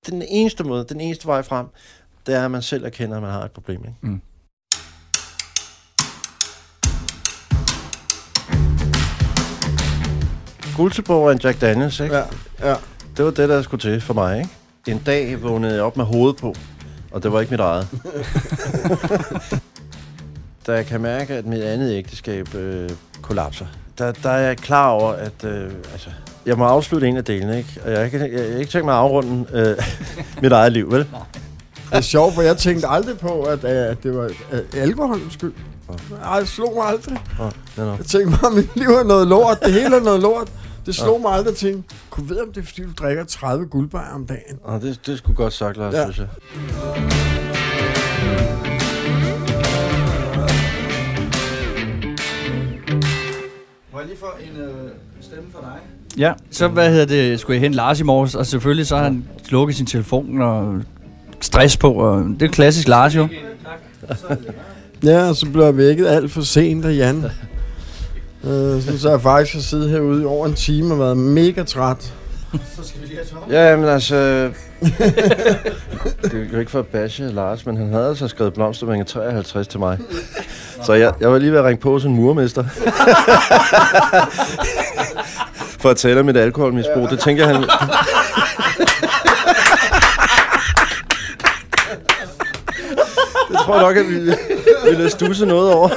Den eneste måde, den eneste vej frem, det er, at man selv erkender, at man har et problem. Ikke? Mm. Guldtøborg og en Jack Daniels, ikke? Ja. Det var det, der skulle til for mig, ikke? En dag vågnede jeg op med hovedet på, og det var ikke mit eget. Da jeg kan mærke, at mit andet ægteskab kollapser, der er jeg klar over, at jeg må afslutte en af delene, ikke? Og jeg har ikke tænkt mig at afrunde mit eget liv, vel? Det er sjovt, for jeg tænkte aldrig på, at det var alkoholens skyld. Jeg slog mig aldrig. Jeg tænkte bare, at mit liv er noget lort. Det hele er noget lort. Det slog mig aldrig til. Kunne vide, om det er, fordi du drikker 30 guldbajer om dagen. Det skulle godt sagt, Lars, synes jeg. Må jeg lige få en stemme for dig? Ja, så skulle jeg hente Lars i morges, og selvfølgelig så har han slukket sin telefon og stress på, og det er klassisk Lars jo. Ja, og så blev jeg vækket alt for sent af Jan. Så jeg faktisk har siddet herude i over en time og været mega træt. Så skal vi lige have Tom. Ja, men altså... det er jo ikke for at bashe Lars, men han havde altså skrevet blomstermængde 53 til mig. Så jeg var lige ved at ringe på som murmester. For at tale om mit alkoholmisbrug. Det tænker han... Det tror jeg nok, at vi ville studse noget over.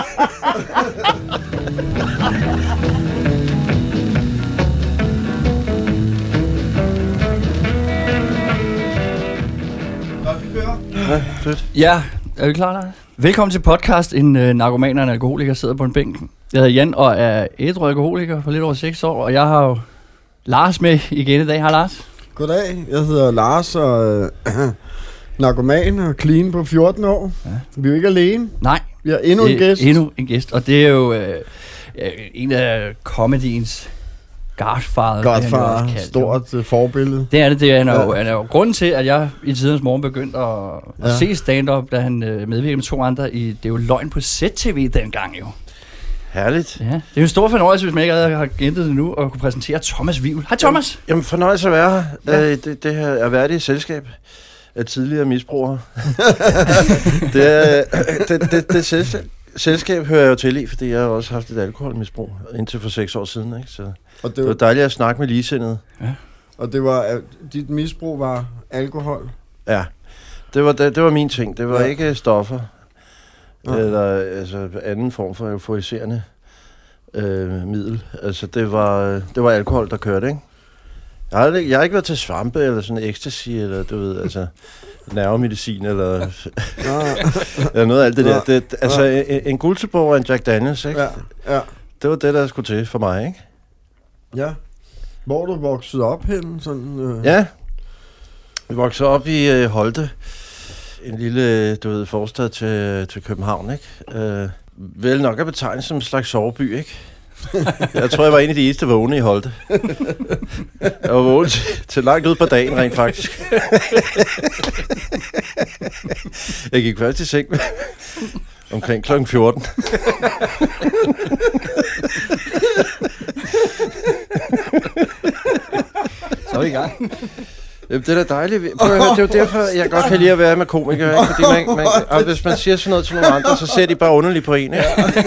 Ja, fedt. Ja, er vi klar, Lars? Velkommen til podcast. En narkoman og en alkoholiker sidder på en bænk. Jeg hedder Jan og er ædru alkoholiker for lidt over 6 år, og jeg har jo Lars med igen i dag. Hej Lars. Goddag, jeg hedder Lars og narkoman og clean på 14 år. Ja. Vi er jo ikke alene. Nej. Vi har endnu en gæst. Endnu en gæst, og det er jo en af comediens Godfather, stort forbillede. Det er det. Han er jo grunden til, at jeg i tidens morgen begyndte at se stand-up, da han medvirkede med 2 andre i Det er jo løgn på ZTV dengang jo. Herligt. Ja, det er jo en stor fornøjelse, hvis man ikke har gentet det nu, at kunne præsentere Thomas Wivel. Hej Thomas! Jamen fornøjelse at være her. Ja. Det her er værdigt selskab af tidligere misbrugere. det selskab hører jeg jo til i, fordi jeg har også haft et alkoholmisbrug indtil for 6 år siden, ikke? Så det var dejligt at snakke med ligesindede. Ja. Og det var dit misbrug var alkohol? Ja, det var min ting. Det var ikke stoffer eller altså anden form for euforiserende middel. Altså det var alkohol, der kørte, ikke? Jeg har ikke været til svampe eller sådan ecstasy eller du ved altså nervemedicin eller noget af alt det der. En Guldtøborg og en Jack Daniels, ikke? Ja. Det var det, der skulle til for mig, ikke? Ja. Hvor du voksede op henne? Sådan, Ja. Vi voksede op i Holte. En lille, du ved, forstad til København, ikke? Vel nok at betegne som en slags soveby, ikke? Jeg tror, jeg var en af de eneste vågne i Holte. Jeg var vågen til langt ud på dagen, rent faktisk. Jeg gik først i seng omkring kl. 14. Så er vi i gang. Det er da dejligt. Det er jo derfor, jeg godt kan lide at være med komikere. Ikke? Fordi hvis man siger sådan noget til nogle andre, så ser de bare underligt på en. Ikke?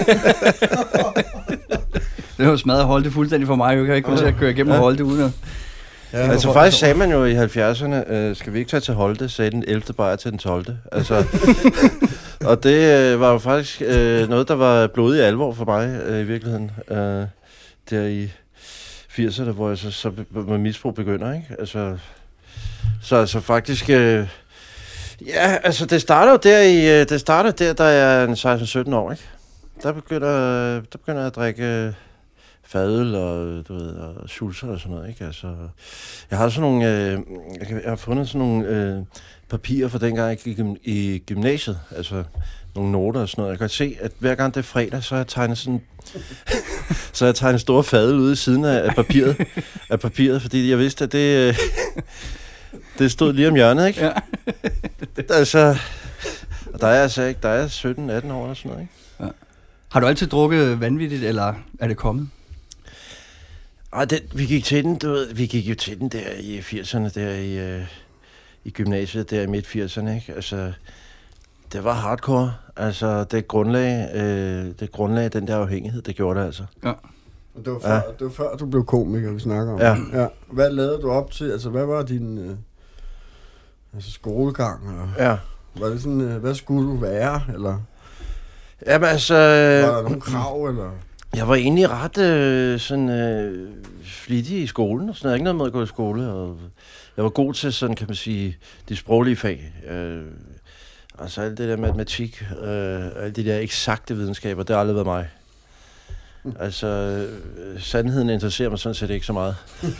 Det er jo smadret at holde det fuldstændig for mig. Jeg kan ikke komme til at køre igennem og holde det uden. Altså faktisk sagde man jo i 70'erne, skal vi ikke tage til Holte, sagde den 11. bajer til den 12. Altså, og det var jo faktisk noget, der var blodig alvor for mig i virkeligheden. Der i 80'erne, hvor jeg så med misbrug begynder, ikke? Så faktisk... altså det starter der, da jeg er 16-17 år, ikke? Der begynder jeg at drikke fadøl og, du ved, og sulser og sådan noget, ikke? Altså, jeg har sådan nogle... jeg har fundet sådan nogle papirer fra dengang, jeg gik i gymnasiet. Altså nogle noter og sådan noget. Jeg kan se, at hver gang det er fredag, så har jeg tegnet sådan... så har jeg tegnet store fadøl ude i siden af papiret, fordi jeg vidste, at det stod lige om hjørnet, ikke? Ja. Altså, og der er altså ikke, der er 17-18 år eller sådan noget, ikke? Ja. Har du altid drukket vanvittigt, eller er det kommet? Vi gik jo til den der i 80'erne, der i i gymnasiet der i midt-80'erne, ikke? Altså, det var hardcore. Altså, det grundlag den der afhængighed, det gjorde det altså. Ja. Og det var før du blev komiker, vi snakker om. Ja. Hvad lavede du op til? Altså, hvad var din skolegang? Og var det sådan, hvad skulle du være, eller? Jamen altså... Var der nogle krav, eller? Jeg var egentlig ret flittig i skolen, og sådan. Jeg havde ikke noget med at gå i skole, og jeg var god til sådan, kan man sige, de sproglige fag. Altså alt det der matematik, alle de der eksakte videnskaber, det har aldrig været mig. Altså, sandheden interesserer mig sådan set ikke så meget.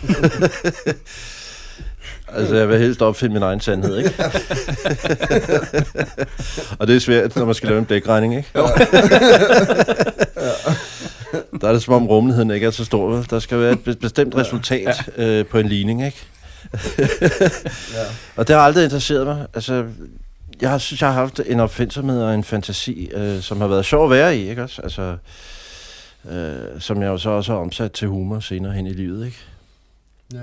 Altså, jeg vil helst opfinde min egen sandhed, ikke? Og det er svært, når man skal lave en blækregning, ikke? Der er det som om rummeligheden ikke er så stor. Der skal være et bestemt resultat på en ligning, ikke? Og det har aldrig interesseret mig. Altså, jeg synes, jeg har haft en opfindsomhed og en fantasi, som har været sjov at være i, ikke også? Altså, som jeg jo så også har omsat til humor senere hen i livet, ikke? Ja.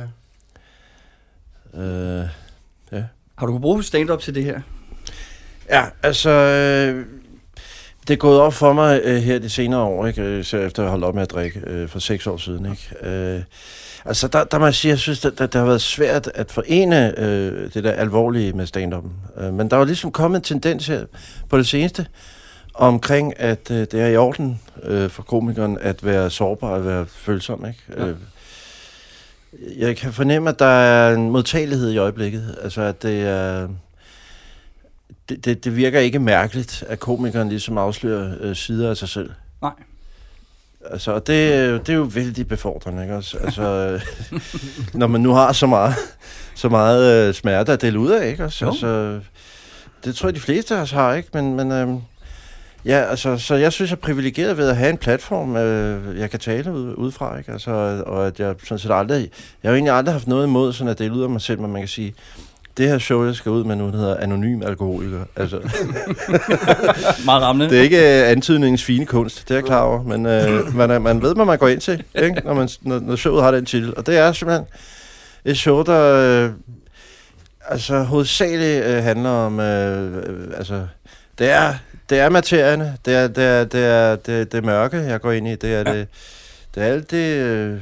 Ja. Har du kunnet bruge stand-up til det her? Ja, altså... det er gået op for mig her de senere år, ikke? Så efter at have holdt op med at drikke for 6 år siden, ikke? Altså, der må jeg sige, jeg synes, det har været svært at forene det der alvorlige med stand-up'en. Men der var ligesom kommet en tendens her på det seneste, omkring, at det er i orden for komikeren at være sårbar og være følsom, ikke? Ja. Jeg kan fornemme, at der er en modtagelighed i øjeblikket. Altså, at det er... Det virker ikke mærkeligt, at komikeren ligesom afslører sider af sig selv. Nej. Altså, det er jo vældig befordrende, ikke også? Altså, når man nu har så meget smerte at dele ud af, ikke også? Altså, det tror jeg, de fleste af os har, ikke? Men ja, altså, så jeg synes, jeg er privilegeret ved at have en platform, jeg kan tale udefra, ikke? Altså, og at jeg sådan set aldrig... Jeg har jo egentlig aldrig haft noget imod sådan at dele ud af mig selv, men man kan sige... Det her show, jeg skal ud med nu, det hedder Anonym Alkoholiker. Altså, meget rammende. Det er ikke antydningens fine kunst, det er jeg klar over, men man ved, hvad man går ind til, ikke? Når showet har den titel. Og det er simpelthen et show, der altså hovedsageligt handler om... altså, det er materierne, det er mørke, jeg går ind i, det er alt det...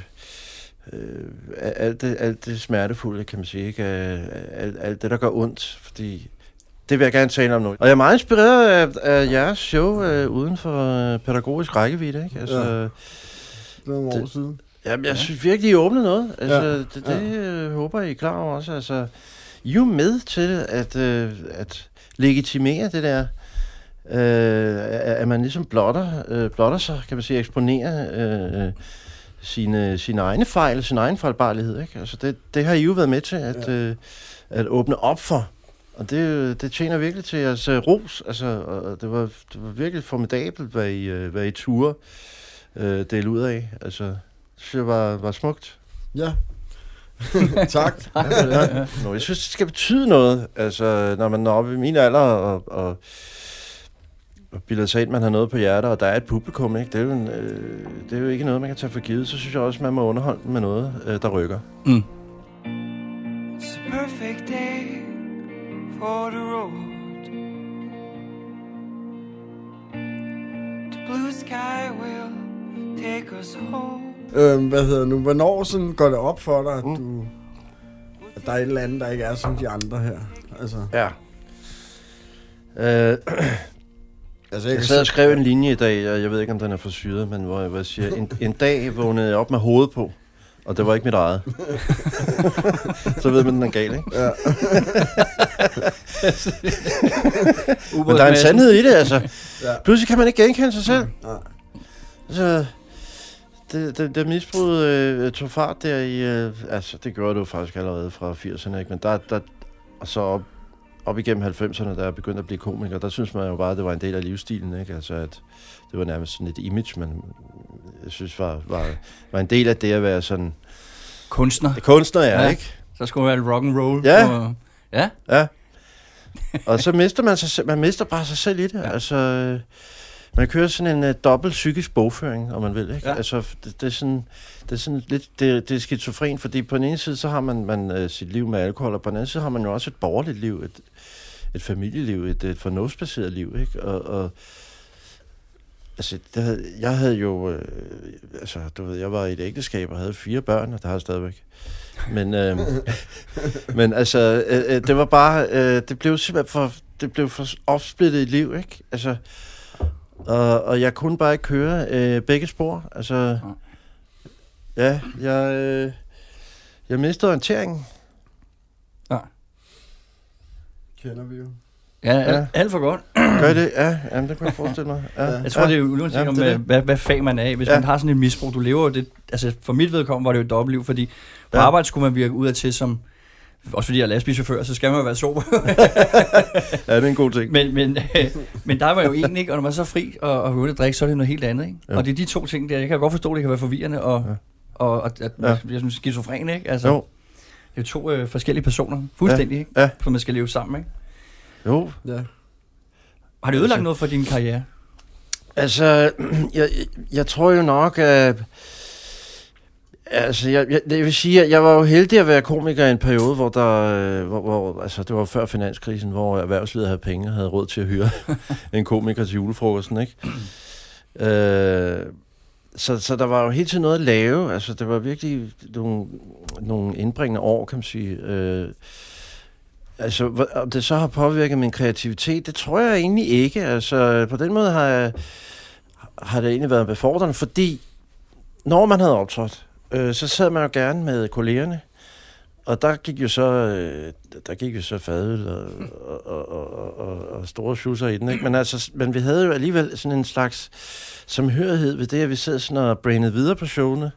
alt det smertefulde, kan man sige, ikke? Alt det, der gør ondt, fordi det vil jeg gerne tale om nu. Og jeg er meget inspireret af jeres show uden for pædagogisk rækkevidde, ikke? Altså, det var nogle år siden. Jamen, jeg synes virkelig, I åbner noget. Altså, det håber I er klar over også. Altså, I er jo med til at legitimere det der, at man ligesom blotter sig, kan man sige, eksponerer sine egne fejl, sin egen fejlbarlighed, ikke? Altså det har I jo været med til at åbne op for, og det tjener virkelig til jeres ros, altså, og det var virkelig formidabelt, hvad I turde dele ud af, altså, det synes jeg var smukt. Ja. Tak. Nå, jeg synes, det skal betyde noget, altså, når man når op i min alder, og bilder sig ind, man har noget på hjertet, og der er et publikum, ikke? Det er jo ikke noget, man kan tage for givet. Så synes jeg også, man må underholde med noget, der rykker. Mm. It's a perfect day for the road. The blue sky will take us home. Hvad hedder nu? Hvornår sådan går det op for dig, at der er et eller andet, der ikke er som de andre her? Altså. Ja. Altså, jeg sad og skrev en linje i dag, og jeg ved ikke, om den er for syret, men hvor jeg siger, en dag vågnede jeg op med hovedet på, og det var ikke mit eget. Så ved man, den er gal, ikke? Ja. Men der er en sandhed i det, altså. Ja. Pludselig kan man ikke genkende sig selv. Ja. Altså, det misbrud tog fart der i... altså, det gjorde det jo faktisk allerede fra 80'erne, ikke? Men og så op igennem 90'erne, da jeg begyndte at blive komiker, der synes man jo bare, at det var en del af livsstilen, ikke? Altså, at det var nærmest sådan et image, man jeg synes var en del af det at være sådan... Kunstner, ja, ikke? Så skulle man være rock and roll. Ja. Og... Ja. Og så mister man bare sig selv i det. Ja. Altså, Man kører sådan en dobbelt psykisk bogføring, om man vil, ikke? Ja. Altså, det er sådan lidt, det er skizofren, fordi på den ene side, så har man sit liv med alkohol, og på den anden side har man jo også et borgerligt liv, et familieliv, et fornuftsbaseret liv, ikke? Og altså, jeg havde jo, altså, du ved, jeg var i et ægteskab og havde 4 børn, og det har jeg stadigvæk. Men altså, det var bare, det blev simpelthen for opsplittet i liv, ikke? Altså, og jeg kunne bare ikke køre begge spor. Altså, ja, jeg mistede orienteringen. Ja. Kender vi jo. Ja, alt for godt. Gør I det? Ja, jamen, det kunne jeg forestille mig. Ja. Jeg tror, det er uanset om, hvad fag man er i. Hvis man har sådan et misbrug, du lever jo det... Altså, for mit vedkommende var det jo et dobbeltliv, fordi på arbejde skulle man virke ud af til som... Også fordi jeg er lastbilchauffør, så skal man jo være sober. Ja, det er en god ting. Men der var jo en, ikke? Og når man er så fri og hører det drikke, så er det noget helt andet, ikke? Ja. Og det er de to ting der. Jeg kan godt forstå, at det kan være forvirrende, og at jeg synes, skizofren, ikke? Altså, det er jo 2 forskellige personer, fuldstændig, ikke? Ja. For man skal leve sammen, ikke? Jo. Ja. Har det ødelagt noget for din karriere? Altså, jeg tror jo nok, at... Altså, jeg vil sige, at jeg var jo heldig at være komiker i en periode, hvor altså, det var før finanskrisen, hvor erhvervslivet havde penge og havde råd til at hyre en komiker til julefrokosten, ikke? Så der var jo hele tiden noget at lave. Altså, det var virkelig nogle indbringende år, kan man sige. Altså, om det så har påvirket min kreativitet, det tror jeg egentlig ikke. Altså, på den måde har det egentlig været befordrende, fordi når man havde optrådt, så sad man jo gerne med kollegerne, og der gik jo så fadøl og store schusser i den, ikke? Men vi havde jo alligevel sådan en slags samhørighed ved det, at vi sad sådan og brainede videre på showene,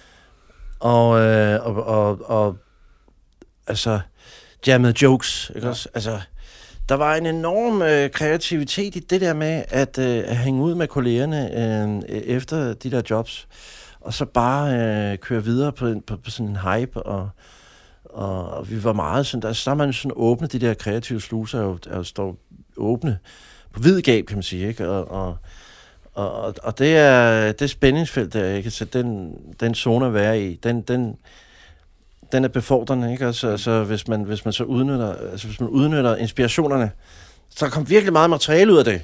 og altså jammede jokes, ikke også? Altså, der var en enorm kreativitet i det der med at hænge ud med kollegerne efter de der jobs, og så bare køre videre på sådan en hype, og vi var meget sådan, der er man sådan åbne, de der kreative sluser står åbne på vid gab, kan man sige, ikke? Og det er spændingsfelt der, ikke? Så den zone at være i, den er befordrende, ikke? Altså hvis man så udnytter inspirationerne, så kom virkelig meget materiale ud af det.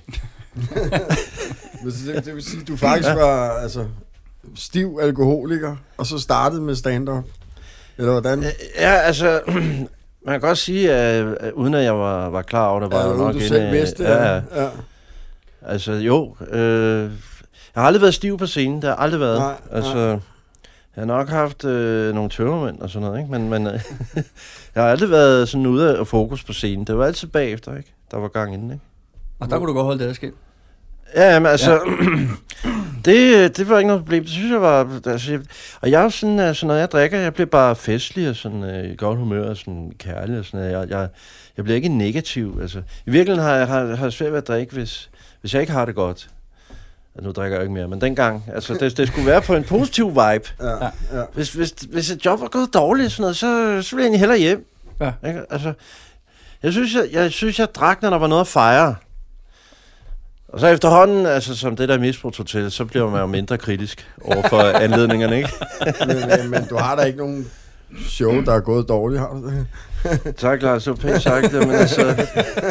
Det vil sige, at du faktisk var stiv alkoholiker, og så startede med stand-up? Eller hvordan? Ja, altså, man kan godt sige, at uden at jeg var klar over det, var jo nok du selv vidste, ja. Altså, jo. Jeg har aldrig været stiv på scenen, det har aldrig været. Nej, altså, jeg har nok haft nogle tømmermænd og sådan noget, ikke? Men jeg har aldrig været sådan ude af fokus på scenen. Det var altid bagefter, ikke? Der var gang inden, ikke? Og der kunne du godt holde det adskilt? Ja, men altså... Det var ikke noget problem. Det synes jeg var... Altså, og jeg er sådan, altså, når jeg drikker, jeg bliver bare festlig og sådan i godt humør og sådan kærlig og sådan noget. Jeg bliver ikke negativ. Altså, i virkeligheden har jeg svært ved at drikke, hvis jeg ikke har det godt. Nu drikker jeg ikke mere, men dengang, altså det skulle være på en positiv vibe. Ja. Hvis et job var gået dårligt, sådan noget, så ville jeg egentlig hellere hjem. Ja. Ikke? Altså, jeg synes, jeg drak, når der var noget at fejre. Og så efterhånden, altså som det der misbrugshotel, så bliver man jo mindre kritisk over for anledningerne, ikke? men du har da ikke nogen show, der er gået dårligt, har du det? Tak, Lars, det var pænt sagt, men altså...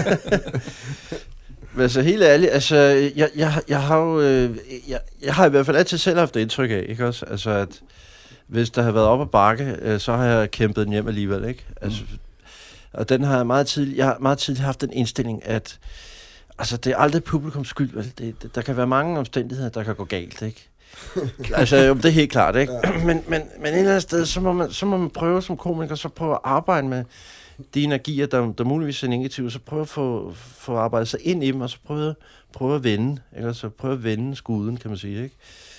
Men altså helt ærligt, altså jeg har jo... Jeg har i hvert fald altid selv haft det indtryk af, ikke også? Altså at hvis der har været op ad bakke, så har jeg kæmpet den hjem alligevel, ikke? Altså, og den har jeg meget tidligt haft den indstilling, at altså, det er aldrig publikums skyld, vel? Der kan være mange omstændigheder, der kan gå galt, ikke? Altså, jo, det er helt klart, ikke? Ja. Men et eller andet sted, så må man prøve som komiker, så prøve at arbejde med de energier, der muligvis er negative, så prøve at få arbejdet sig ind i dem, og så prøve at vende, ikke? Så prøve at vende skuden, kan man sige, ikke?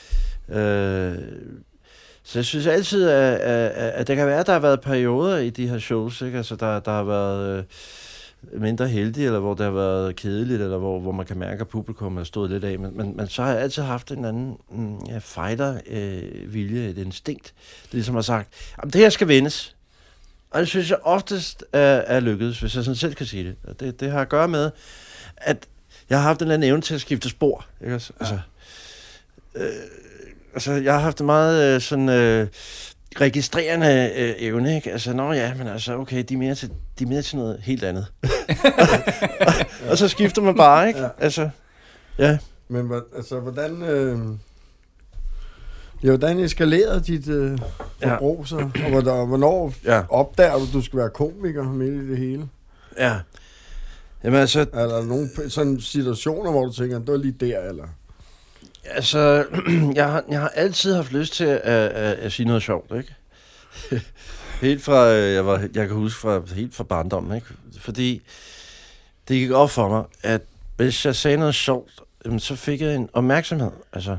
Så jeg synes altid, at det kan være, at der har været perioder i de her shows, ikke? Altså, der har været... mindre heldig, eller hvor det har været kedeligt, eller hvor man kan mærke, at publikum har stået lidt af. Men så har jeg altid haft en anden fighter-vilje, et instinkt. Det ligesom har sagt, det her skal vindes. Og det synes jeg oftest er lykkedes, hvis jeg sådan selv kan sige det. Det har at gøre med, at Jeg har haft en eller anden evne til at skifte spor, ikke også? Altså, jeg har haft en meget registrerende evne, ikke? Altså, men altså, okay, de er mere til noget helt andet. og så skifter man bare, ikke? Ja. Altså, ja. Men hvordan eskalerede dit forbrug så? Og hvornår opdager du skal være komiker midt i det hele? Ja. Jamen altså... Er der nogle sådan situationer, hvor du tænker, det var lige der, eller? Altså, jeg har altid haft lyst til at sige noget sjovt, ikke? Helt fra, jeg kan huske helt fra barndommen, ikke? Fordi det gik op for mig, at hvis jeg sagde noget sjovt, så fik jeg en opmærksomhed. Altså,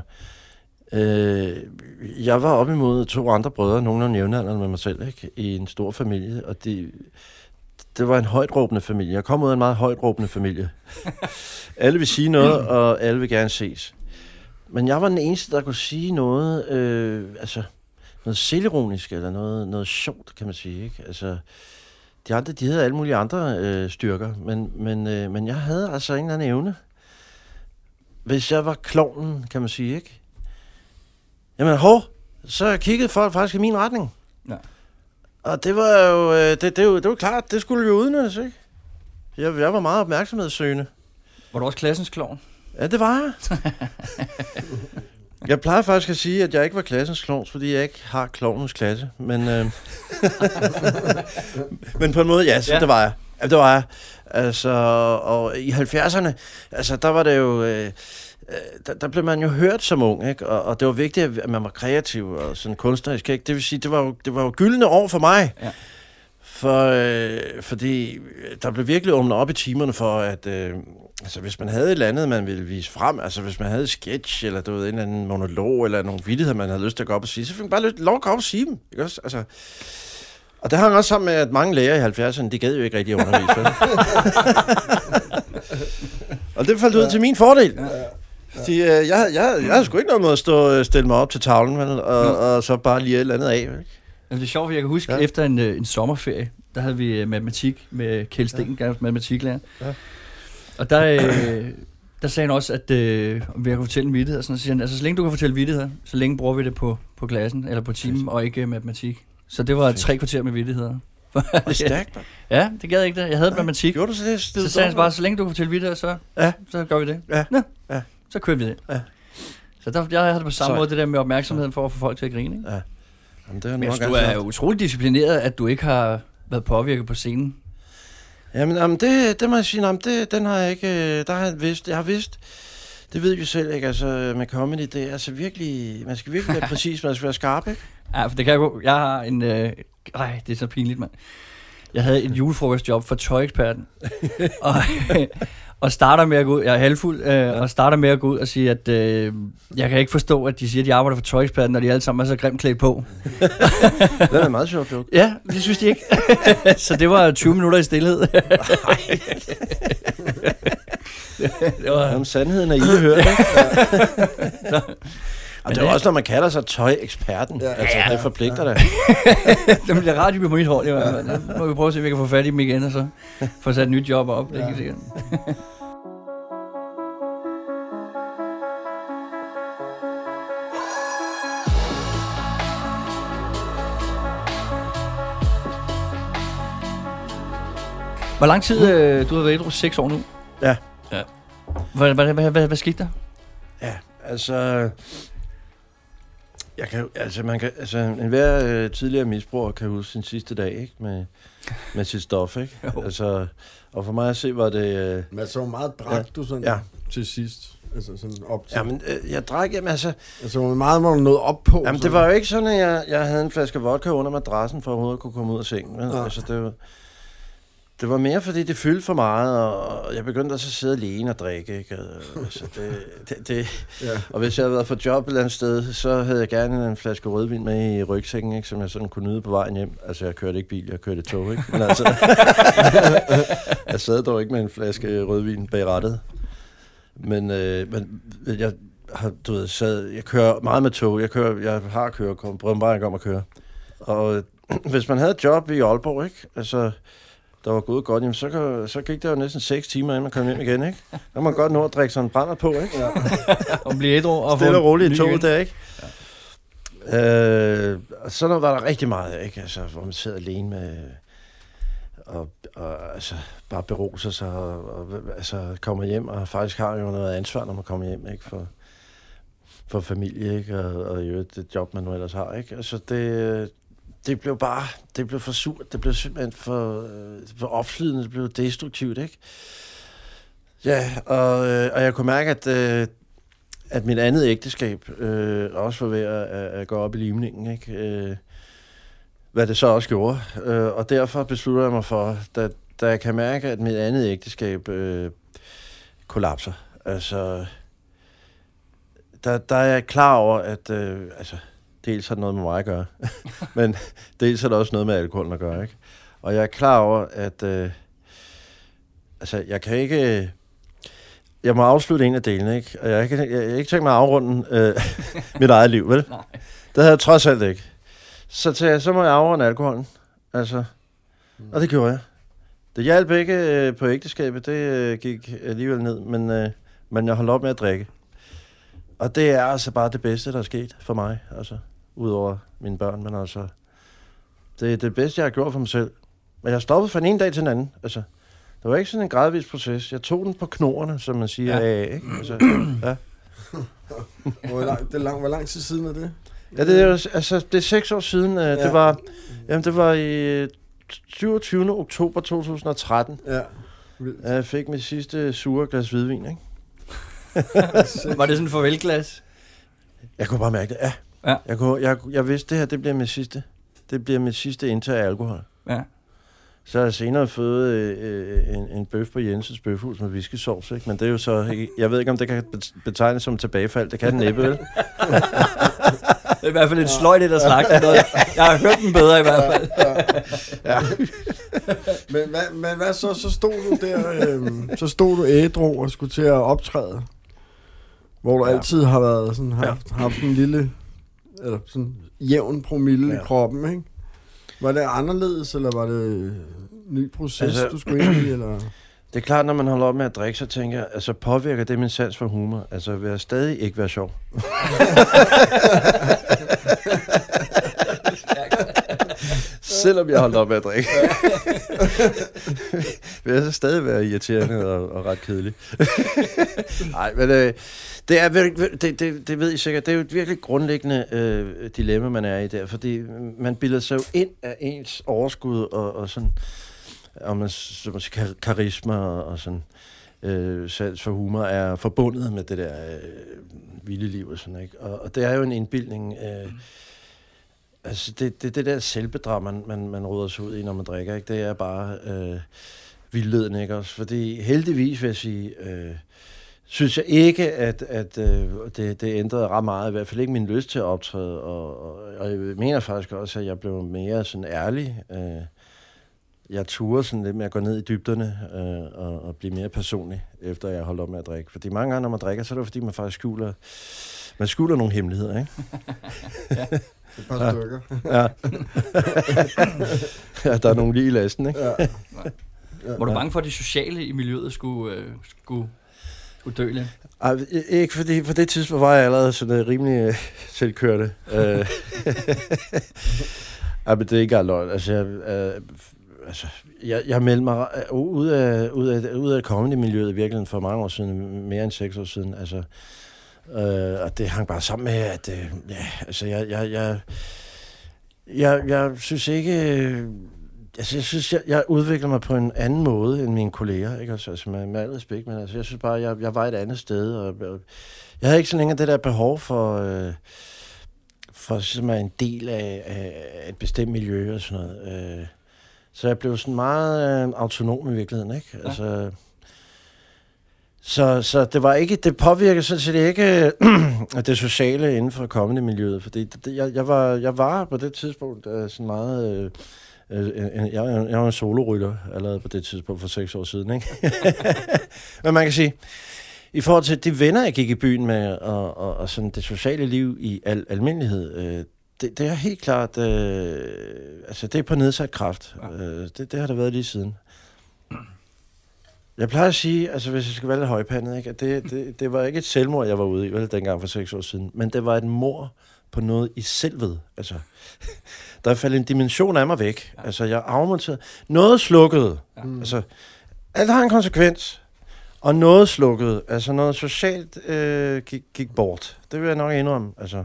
jeg var op imod 2 andre brødre, nogenlunde jævnaldrende med mig selv, ikke? I en stor familie, og det var en højtråbende familie. Jeg kom ud af en meget højtråbende familie. Alle vil sige noget, og alle vil gerne ses. Men jeg var den eneste, der kunne sige noget, noget selvironisk, eller noget sjovt, kan man sige, ikke? Altså, de andre, de havde alle mulige andre styrker, men jeg havde altså en eller anden evne. Hvis jeg var klovnen, kan man sige, ikke? Jamen, så kiggede folk faktisk i min retning. Ja. Og det var jo, det var klart, det skulle jo udnyttes, ikke? Jeg var meget opmærksomhedssøgende. Var du også klassens klovn? Ja, det var jeg. Jeg plejer faktisk at sige, at jeg ikke var klassens klovn, fordi jeg ikke har klovnens klasse. Men, men på en måde, ja, det var jeg. Ja, det var jeg. Altså, og i 70'erne, altså, der var det jo... Der blev man jo hørt som ung, ikke? Og det var vigtigt, at man var kreativ og sådan kunstnerisk, ikke? Det vil sige, det var jo gyldne år for mig. Ja. Fordi der blev virkelig åbnet op i timerne for, at hvis man havde et eller andet, man ville vise frem, altså hvis man havde et sketch, eller du ved, en eller anden monolog, eller nogle vittigheder, man havde lyst til at gå op og sige, så fik man bare lov at gå op og sige dem, ikke også? Altså, og det hang også sammen med, at mange lærere i 70'erne, de gad jo ikke rigtig undervise. Og det faldt ud til min fordel. Fordi, jeg havde sgu ikke noget med at stille mig op til tavlen, vel, og så bare lige et eller andet af, ikke? Det er sjovt, for jeg kan huske, efter en sommerferie, der havde vi matematik med Kjeld Sten, matematiklærer. Ja. Og der sagde han også, at vi kunne fortælle en vittighed, og sådan, så siger han, altså så længe du kan fortælle vittigheder, så længe bruger vi det på klassen, eller på timen, og ikke matematik. Så det var 3 kvarter med vittigheder. Det er stærkt, da. Ja, det gad jeg ikke. Jeg havde matematik. Gjorde du så det? Så sagde han bare, så længe du kan fortælle vittigheder, så gør vi det. Ja. Så kører vi det. Ja. Så jeg havde det på samme måde, det der med opmærksomheden for at få folk til at grine, ikke? Ja. Jamen, du er utrolig disciplineret, at du ikke har været påvirket på scenen. Jamen det må jeg sige, den har jeg ikke, der har jeg vidst, det ved vi selv, ikke? Altså med comedy, det er altså virkelig, man skal virkelig være præcis, man skal være skarp, ikke? Ja, for det kan jeg har en, det er så pinligt, mand. Jeg havde et julefrokostjob for Tøjeksperten, og starter med at gå ud, jeg er halvfuld, og starter med at gå ud og sige, at jeg kan ikke forstå, at de siger, at de arbejder for Tøjeksperten, når de alle sammen er så grimt klædt på. Det er meget sjovt, joke. Ja, det synes de ikke. Så det var 20 minutter i stilhed. Det var om sandheden, at I hører, ikke? Og det er også, når man kalder sig Tøjeksperten. Altså, det forpligter det. Det bliver rart, at vi på mit hold. Nu må vi prøve at se, om vi kan få fat i dem igen, og så få sat et nyt job op. Det er ikke sikkert. Hvor lang tid du har været ædru? 6 år nu? Ja. Hvad skete der? Ja, altså... enhver tidligere misbruger kan huske sin sidste dag, ikke? Med sit stof, ikke? Altså, og for mig at se, var det... Men så meget drak du sådan til sidst? Altså sådan op til... Jamen, jeg drak, Altså, hvor meget var du nået op på? Jamen, det var jo ikke sådan, at jeg havde en flaske vodka under madrassen, for at overhovedet kunne komme ud af sengen. Ja. Altså, det var mere, fordi det fyldte for meget, og jeg begyndte også at sidde alene og drikke, ikke? Altså, og hvis jeg havde været på job et eller andet sted, så havde jeg gerne en flaske rødvin med i rygsækken, ikke? Som jeg sådan kunne nyde på vejen hjem. Altså, jeg kørte ikke bil, jeg kørte tog, ikke? Men altså, jeg sad dog ikke med en flaske rødvin bag rattet. Men jeg har, jeg kører meget med tog. Jeg har kørekort, prøver bare ikke om at køre. Og hvis man havde et job i Aalborg, ikke? Altså... der var gået godt, jamen, så gik der jo næsten 6 timer, inden man kom hjem igen, ikke? Der må man godt nå at drikke sådan en brænder på, ikke? Ja. Og blive ædru og stille og roligt i toget der, ikke? Ja. Så var der rigtig meget, ikke? Altså, hvor man sidder alene med... Og altså, bare beroser sig og altså, kommer hjem, og faktisk har jo noget ansvar, når man kommer hjem, ikke? For familie, ikke? Og jo det job, man nu ellers har, ikke? Altså, det blev for surt, det blev simpelthen for opslidende, det blev destruktivt, ikke? Ja, og jeg kunne mærke, at mit andet ægteskab også var ved at gå op i limningen, ikke? Hvad det så også gjorde. Og derfor beslutter jeg mig for, da jeg kan mærke, at mit andet ægteskab kollapser. Altså, der er jeg klar over, at altså, dels har det noget med mig at gøre, men dels er det også noget med alkoholen at gøre, ikke? Og jeg er klar over, at altså, jeg kan ikke... Jeg må afslutte en af delene, ikke? Og jeg har ikke tænkt mig at afrunde mit eget liv, vel? Nej. Det havde jeg trods alt ikke. Så må jeg afrunde alkoholen. Altså, og det gjorde jeg. Det hjalp ikke på ægteskabet, det gik alligevel ned, men jeg holdt op med at drikke. Og det er altså bare det bedste, der er sket for mig, altså, udover mine børn, men altså, det er det bedste, jeg har gjort for mig selv. Men jeg stoppede fra en dag til en anden, altså. Det var ikke sådan en gradvis proces. Jeg tog den på knorene, som man siger, ikke? Altså, ja. Hvor lang tid siden er det? Ja, det er 6 år siden. Ja. Det var i 27. oktober 2013. Ja. Jeg fik mit sidste sure glas hvidvin, ikke? Var det sådan en farvelglas? Jeg kunne bare mærke det, ja. Jeg vidste, det her, det bliver mit sidste. Det bliver mit sidste indtag af alkohol. Ja. Så har jeg senere fået en bøf på Jensens Bøfhus med whiskysauce, ikke? Men det er jo så... Jeg ved ikke, om det kan betegnes som tilbagefald. Det kan den næppe, vel? Det er i hvert fald et sløjt et af slagten. Jeg har hørt den bedre i hvert fald. Ja. Men hvad så? Så stod du der... så stod du ædru og skulle til at optræde. Hvor du altid har været sådan... Haft en lille... Eller sådan jævn promille i kroppen, ikke? Var det anderledes, eller var det en ny proces, altså, du skulle ind i, eller? Det er klart, når man holder op med at drikke, så tænker jeg, altså påvirker det min sans for humor? Altså vil jeg stadig ikke være sjov? Selvom jeg holdt op med at drikke. Vil jeg så stadig være irriterende og ret kedelig. Nej, men det er det ved I sikkert, det er jo et virkelig grundlæggende dilemma, man er i der, fordi man bilder sig jo ind af ens overskud og sådan, og man karisma og sådan, sans for humor er forbundet med det der vilde liv og sådan, ikke? Og det er jo en indbildning. Altså det der selvbedrag, man råder sig ud i, når man drikker, ikke? Det er bare vildledende, ikke også? Fordi heldigvis vil jeg sige, synes jeg ikke, at det ændrede ret meget, i hvert fald ikke min lyst til at optræde, og jeg mener faktisk også, at jeg blev mere sådan ærlig. Jeg turde sådan lidt med at gå ned i dybderne og blive mere personlig, efter jeg holdt op med at drikke. Fordi mange gange, når man drikker, så er det fordi, man faktisk skjuler nogle hemmeligheder, ikke? Ja. Et par stykker. Ja. Ja, der er nogle lige i lasten, ikke? Ja. Var du bange for, at det sociale i miljøet skulle dø lidt? Ej, ikke fordi på det tidspunkt var jeg allerede sådan rimelig selvkørende. Ej, men det er ikke alvorligt. Altså, jeg meldte mig ud af comedy-miljøet i virkeligheden for mange år siden, mere end 6 år siden. Altså, og det hang bare sammen med, at jeg synes ikke... Altså, jeg synes, jeg udvikler mig på en anden måde end mine kolleger, ikke? Altså med al respekt, men altså, jeg synes bare, jeg var et andet sted, og jeg havde ikke så længe det der behov for simpelthen en del af et bestemt miljø og sådan noget. Så jeg blev sådan meget autonom i virkeligheden, ikke? Ja. Altså, så det var ikke, det påvirker sådan set ikke det sociale inden for comedy-miljøet, fordi jeg var på det tidspunkt sådan meget... Jeg var en solorytter allerede på det tidspunkt for 6 år siden, ikke? Men man kan sige, i forhold til de venner, jeg gik i byen med, og sådan det sociale liv i almindelighed, det er helt klart, altså det er på nedsat kraft. Ja. Det har der været lige siden. Jeg plejer at sige, altså hvis jeg skal være lidt højpandet, ikke, at det var ikke et selvmord, jeg var ude i, vel, dengang for 6 år siden, men det var et mord på noget i selvet. Altså, der faldt en dimension af mig væk. Altså, jeg afmonterede. Noget slukkede. Altså, alt har en konsekvens. Og noget slukkede. Altså, noget socialt gik bort. Det vil jeg nok indrømme. Altså,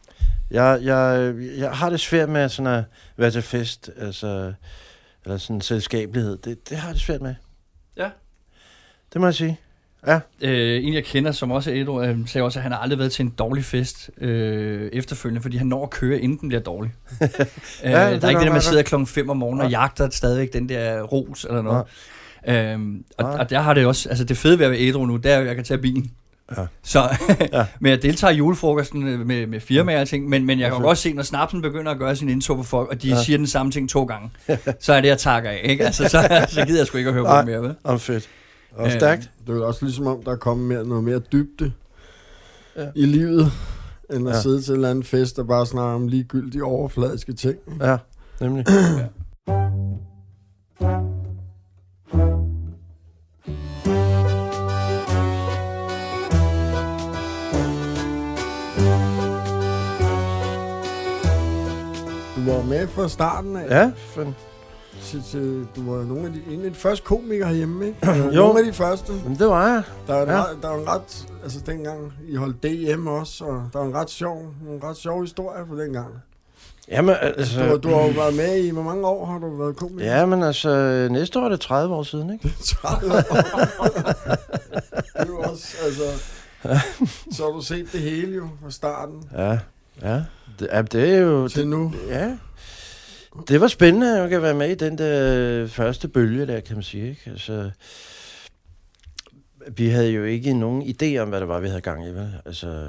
jeg har det svært med sådan at være til fest, altså, eller sådan en selskabelighed. Det har jeg det svært med. Ja. Det må jeg sige. Ja. En jeg kender, som også er ædru, sagde også, at han har aldrig været til en dårlig fest efterfølgende, fordi han når at køre, inden den bliver dårlig. Der er ikke det der, man sidder klokken 5 om morgenen og jagter stadigvæk den der ros eller noget. Og der har det også, altså det fede ved at være ædru nu, det er jo, at jeg kan tage bilen. Ja. Så, men jeg deltager i julefrokosten med firmaer og ting, men jeg kan godt se, når snapsen begynder at gøre sin indtog på folk, og de siger den samme ting 2 gange, så er det, jeg takker af, ikke? Altså, så gider jeg sgu ikke at høre på det mere, vel? Og fedt. Og stærkt. Det er også ligesom om, der er kommet noget mere dybde i livet, end at sidde til en eller anden fest og bare snakke om ligegyldige overfladiske ting. Ja, nemlig. Du var med fra starten af. Ja, du var en af de første komikere herhjemme, ikke? Jo. Nogle af de første. Men det var jeg. Der var en ret, altså dengang I holdt DM også, og der var en ret sjov historie på dengang. Jamen, altså... Du har jo været med i, hvor mange år har du været komiker? Ja, men altså, næste år er det 30 år siden, ikke? 30 år? Det er jo også, altså... Så har du set det hele jo fra starten. Ja. Det er jo... Til nu. Ja. Det var spændende, at jeg kan være med i den der første bølge der, kan man sige, ikke? Altså... Vi havde jo ikke nogen idé om, hvad det var, vi havde gang i, vel? Altså...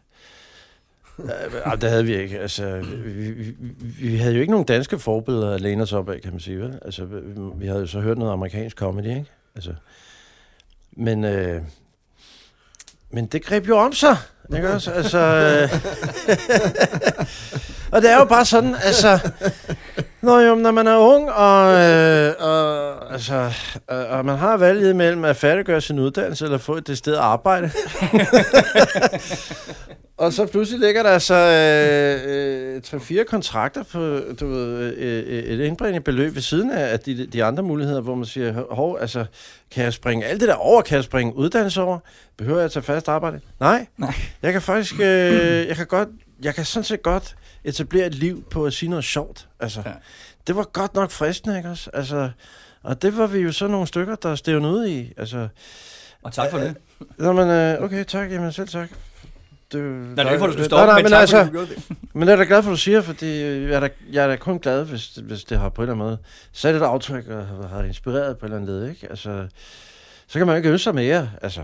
Ja, det havde vi ikke. Altså, vi havde jo ikke nogen danske forbilleder at læne os op af, kan man sige, vel? Altså, vi havde jo så hørt noget amerikansk comedy, ikke? Altså, men det greb jo om sig, ikke også? Altså, og det er jo bare sådan, altså, når man er ung, og man har valget mellem at færdiggøre sin uddannelse, eller få et decideret arbejde. Og så pludselig ligger der så 3-4 kontrakter på et indbringende beløb ved siden af de andre muligheder, hvor man siger, altså, kan jeg springe alt det der over? Kan jeg springe uddannelse over? Behøver jeg at tage fast arbejde? Nej. Jeg kan faktisk, jeg kan sådan set godt etablere et liv på at sige noget sjovt. Altså, det var godt nok fristende, ikke også? Altså, og det var vi jo så nogle stykker, der stævnede ud i. Altså, og tak for det. Nå, men okay, tak. Jamen selv tak. Nej, det er ikke for, du skal stoppe, men altså, men jeg er da glad for, at du siger, fordi jeg er da kun glad, hvis det har på en eller anden måde sat et aftryk og har inspireret på et eller andet led, ikke? Altså, så kan man jo ikke ønske sig mere, altså.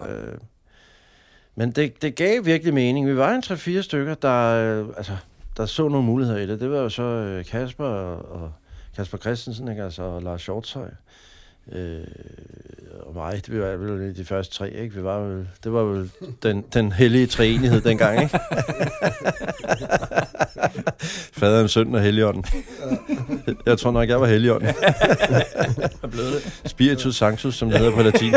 Men det gav virkelig mening. Vi var en 3-4 stykker, der så nogle muligheder i det. Det var jo så Kasper og Kasper Christensen, ikke? Altså, og Lars Hjortshøj. Og mig, det var vel de første 3, ikke? Det var vel den hellige treenighed dengang, ikke? Faderen, sønnen og helligånden. Jeg tror nok, jeg var helligånden. Spiritus sanctus, som det hedder på latin.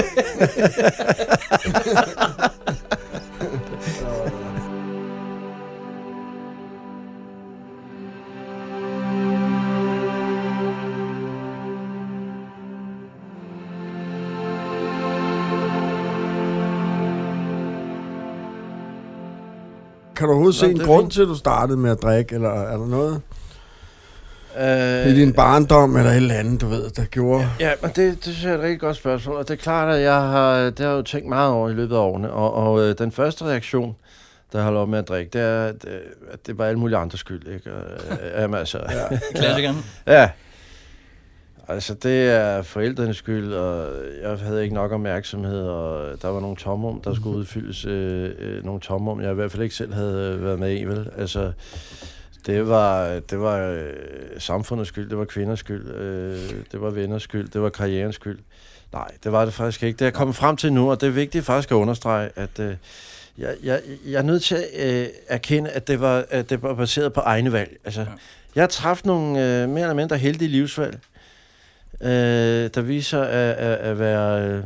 Kan du overhovedet se en grund til, at du startede med at drikke, eller er der noget i din barndom, eller et eller andet, du ved, der gjorde? Ja, men det synes jeg er et rigtig godt spørgsmål, og det er klart, at det har jo tænkt meget over i løbet af årene, og den første reaktion, der holder op med at drikke, det er, at det var alle mulige andres skyld, ikke? Jamen, altså, klassikeren. Ja. Altså, det er forældrenes skyld, og jeg havde ikke nok opmærksomhed, og der var nogle tomrum, der skulle udfyldes. Nogle tomrum, jeg i hvert fald ikke selv havde været med i, vel? Altså, det var samfundets skyld, det var kvinders skyld, det var venners skyld, det var karrierens skyld. Nej, det var det faktisk ikke. Det er jeg kommet frem til nu, og det er vigtigt faktisk at understrege, at jeg er nødt til at erkende, at det var baseret på egne valg. Altså, jeg har træffet nogle mere eller mindre heldige livsvalg, der viser at være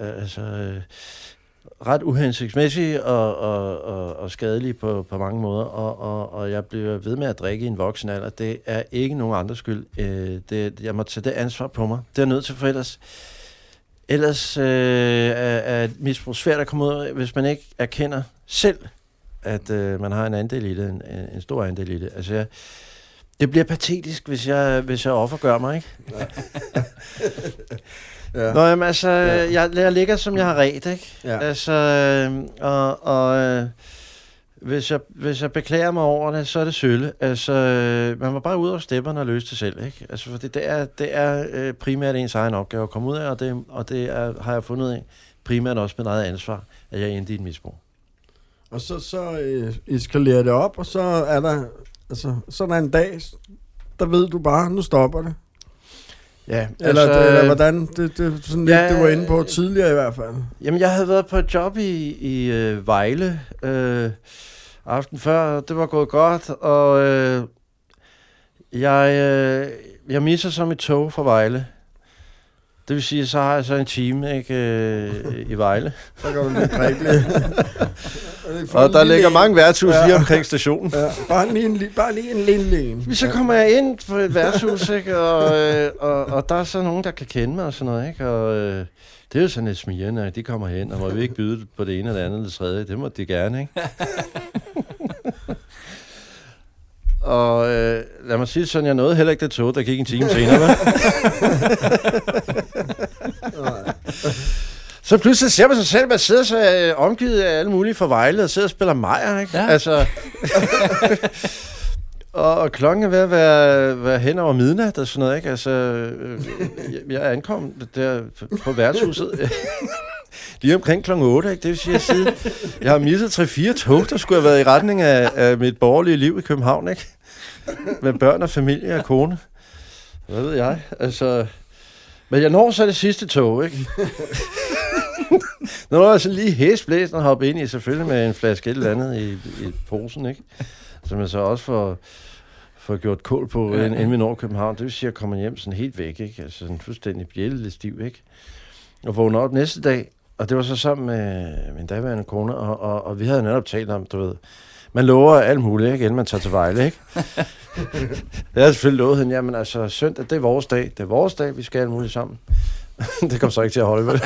ret uhensigtsmæssige og skadelige på mange måder, og jeg bliver ved med at drikke i en voksen alder. Det er ikke nogen andres skyld. Jeg må tage det ansvar på mig. Det er nødt til, for ellers er et misbrug svært at komme ud af, hvis man ikke erkender selv, at man har en andel i det, en stor andel i det. Altså, det bliver patetisk, hvis jeg offergør mig, ikke? Ja. Nå, jamen, altså, jeg ligger, som jeg har ret, ikke? Ja. Altså, hvis jeg beklager mig over det, så er det sølle. Altså, man var bare ud over stepperne og løse det selv, ikke? Altså, for det er primært ens egen opgave at komme ud af, og det har jeg fundet ud af primært også med eget ansvar, at jeg endte i et misbrug. Og så eskalerer det op, og så er der, altså, sådan en dag, der ved du bare, nu stopper det. Ja, eller hvordan? Det er sådan lidt, det var inde på tidligere i hvert fald. Jamen, jeg havde været på et job i Vejle aften før. Det var gået godt, og jeg misser som et tog fra Vejle. Det vil sige, så har jeg så en time, ikke, i Vejle. Så kan du lige drikke lidt. Og der ligger mange værtshus lige omkring stationen. Ja. Bare lige en lille en. Så kommer jeg ind på et værtshus, ikke, og der er så nogen, der kan kende mig og sådan noget, ikke? Og det er jo sådan lidt smirrende, at de kommer hen, og må vi ikke byde på det ene eller det andet eller det tredje. Det må de gerne, ikke? Og lad mig sige sådan, jeg nåede heller ikke det tog, der gik en time senere, vel? Så pludselig ser man sig selv, man sidder så omgivet af alle mulige fra Vejle, og sidder og spiller Meyer, ikke? Ja. Altså, og klokken er ved at være hen over midnat og sådan noget, ikke? Altså, jeg ankom der på værtshuset lige omkring klokken 8, ikke? Det vil sige, jeg har misset 3-4 tog, der skulle have været i retning af mit borgerlige liv i København, ikke? Med børn og familie og kone. Hvad ved jeg? Altså, men jeg når så det sidste tog, ikke? Nu var jeg sådan lige hæsblæst og hoppe ind i, selvfølgelig med en flaske et eller andet i posen, ikke? Som jeg så også får gjort kål på, inden vi når København. Det vil sige, at jeg kommer hjem sådan helt væk, ikke? Altså sådan fuldstændig bjællet stiv, ikke? Og vågner op næste dag, og det var så sammen med min daværende kone, og vi havde netop talt om, du ved, man lover alt muligt, ikke? Inden man tager til Vejle, ikke? Jeg havde selvfølgelig lovet hende, jamen altså søndag, det er vores dag, vi skal alt muligt sammen. Det kom så ikke til at holde, vel?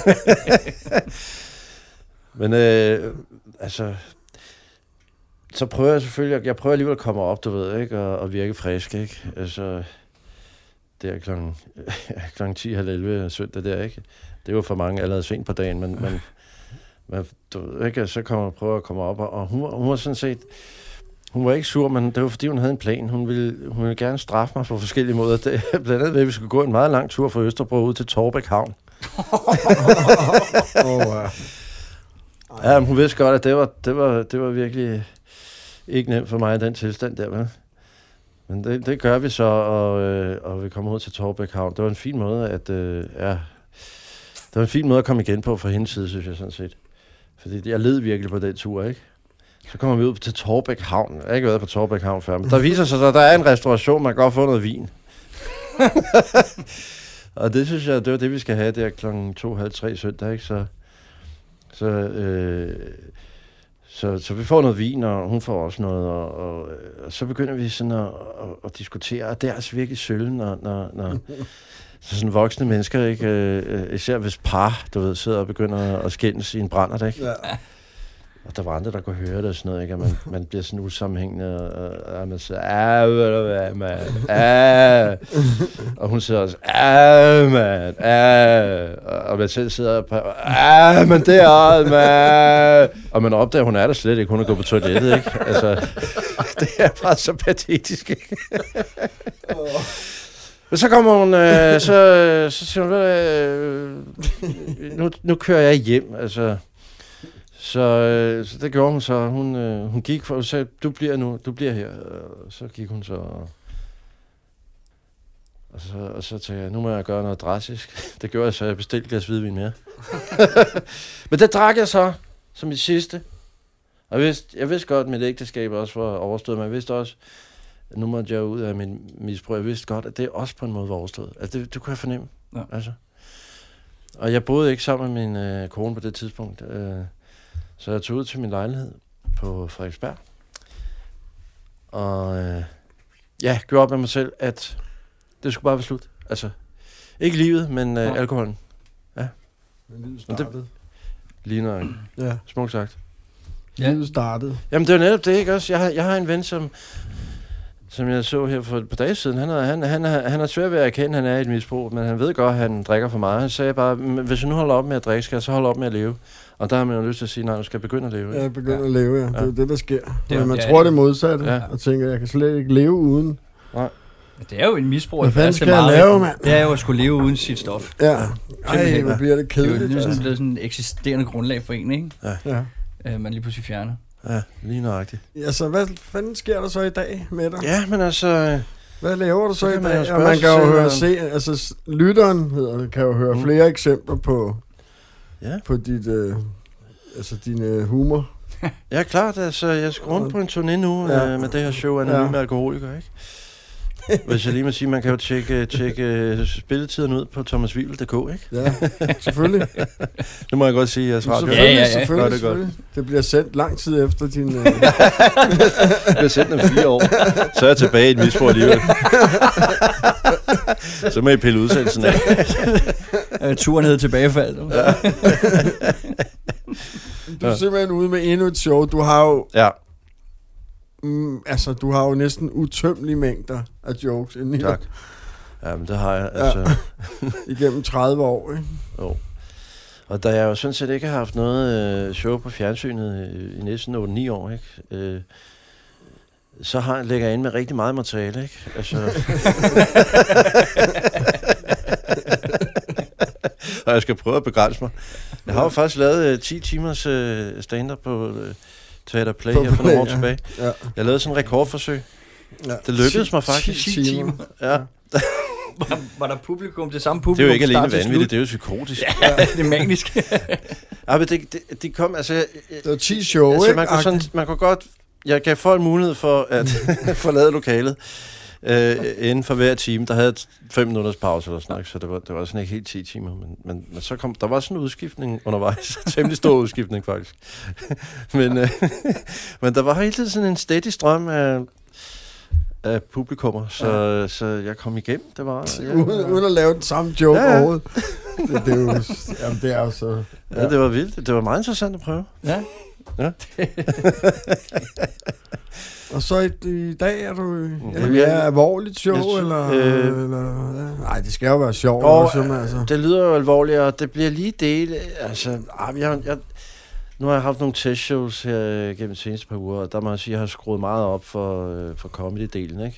Men altså, så prøver jeg selvfølgelig, jeg prøver alligevel at komme op, du ved, ikke? Og virke frisk, ikke? Altså, det er klokken 10:30 søndag der, ikke? Det var for mange allerede sent på dagen, men du ved ikke, så prøver jeg at komme op, og hun var sådan set, hun var ikke sur, men det var fordi, hun havde en plan. Hun ville gerne straffe mig på forskellige måder. Det, blandt andet ved, at vi skulle gå en meget lang tur fra Østerbro ud til Taarbæk Havn. Ja, hun vidste godt, at det var virkelig ikke nemt for mig i den tilstand der, vel? Men det gør vi så, og vi kommer ud til Taarbæk Havn. Det var en fin måde det var en fin måde at komme igen på fra hendes side, synes jeg sådan set. Fordi jeg led virkelig på den tur, ikke? Så kommer vi ud til Taarbæk Havn. Jeg har ikke været på Taarbæk Havn før, men der viser sig, at der er en restauration, man kan godt få noget vin. Og det synes jeg, det var det, vi skal have der klokken 2:30 søndag, ikke? Så vi får noget vin, og hun får også noget, og så begynder vi sådan at diskutere, og det er altså virkelig sølven, når så sådan voksne mennesker, ikke? Især hvis par, du ved, sidder og begynder at skændes i en brænder, ikke? Ja. Og der var andre, der kunne høre det og sådan noget, ikke? Og man bliver sådan usammenhængende, og man siger, ved du hvad, mand, og hun siger også, mand, og man selv sidder på, men det er mand, og man opdager, hun er der slet ikke, hun er gået på toilettet, ikke? Altså, det er bare så patetisk, ikke? Men så kommer hun, så siger hun, nu kører jeg hjem, altså. Så det gjorde hun så. Hun gik for og sagde, du bliver her. Og så gik hun så. Og så tænkte jeg, nu må jeg gøre noget drastisk. Det gjorde jeg så, jeg bestilte glas hvidvin mere. Men det drak jeg så, som mit sidste. Og jeg vidste godt, at mit ægteskab også var overstået, men jeg vidste også, at nu måtte jeg ud af min misbrug. Jeg vidste godt, at det også på en måde var overstået. Altså, det kunne jeg fornemme. Ja. Altså. Og jeg boede ikke sammen med min kone på det tidspunkt. Så jeg tog ud til min lejlighed på Frederiksberg. Og gjorde op med mig selv, at det skulle bare være slut. Altså, ikke livet, men alkoholen. Ja. Men livet startede. Lige nok. Ja. Smukt sagt. Ja. Livet startede. Jamen, det er netop det, ikke også? Jeg har en ven, som jeg så her for et par dage siden. Han er svær ved at erkende, at han er i et misbrug, men han ved godt, at han drikker for meget. Han sagde bare, hvis jeg nu holder op med at drikke, skal jeg så holde op med at leve. Og der har man jo lyst til at sige, nej, du skal begynde at leve. Ikke? Ja, begynde at leve, ja. Det er det, der sker. Men man det tror det modsatte, og tænker, jeg kan slet ikke leve uden. Nej. Det er jo en misbrug. Hvad fanden skal jeg lave, mand? Det er jo at skulle leve uden sit stof. Ja. Ej, hvor bliver det kedeligt. Det er jo blevet sådan et eksisterende grundlag for en, ikke? Ja. Man lige pludselig fjerner. Ja, lige nøjagtigt. Ja, så hvad fanden sker der så i dag med dig? Ja, men altså... Hvad laver du så i dag? Og man kan jo høre, altså lytteren kan jo høre flere eksempler på dit, din humor. Ja, klart. Altså, jeg skal rundt på en turné nu med det her show, Anonyme Alkoholiker, ikke? Hvis jeg lige må sige, man kan jo tjekke spilletiden ud på thomaswivel.dk, ikke? Ja, selvfølgelig. Det må jeg godt sige, jeres radio. Selvfølgelig. Det bliver sendt lang tid efter din... Det bliver sendt om 4 år. Så er jeg tilbage i et misbrug alligevel. Så må I pille udsendelsen af. Turen hed tilbagefald. Ja. Du er simpelthen ude med endnu et show. Du har jo... Ja. Du har jo næsten utømmelige mængder af jokes inden i dig. Tak. Jamen, det har jeg. Altså. Igennem 30 år, ikke? Jo. Og da jeg jo sådan set ikke har haft noget show på fjernsynet i næsten 8-9 år, ikke? Så lægger jeg ind med rigtig meget materiale, ikke? Altså... Og jeg skal prøve at begrænse mig. Jeg har jo faktisk lavet 10 timers stand-up på... Teater Play her for nogle år tilbage. Ja. Jeg lavede sådan en rekordforsøg. Ja. Det lykkedes mig faktisk. 10 timer. Ja. Var der publikum, det samme publikum? Det er jo ikke alene vanvittigt, det er jo psykotisk. Ja, det er manisk. Ja, men det kom, altså... Det var 10 show, altså, ikke? Man kunne godt... Jeg gav folk mulighed for at forlade lokalet. Inden for hver time, der havde 5 minutters pause eller sådan noget, så det var sådan ikke helt 10 timer, men så kom, der var sådan en udskiftning undervejs, temmelig stor udskiftning faktisk, men der var hele tiden sådan en steady strøm af publikummer, så jeg kom igennem, det var... Uden at lave den samme joke overhovedet. Det er jo... Jamen, det er jo så... Ja, det var vildt, det var meget interessant at prøve. Ja. Og så i dag er du alvorligt show, eller nej, det skal jo være sjovt også, altså. Det lyder jo alvorligt, og det bliver lige del, altså, nu har jeg haft nogle testshows her gennem de seneste par uger, og der må jeg sige, at jeg har skruet meget op for comedy-delen, ikke?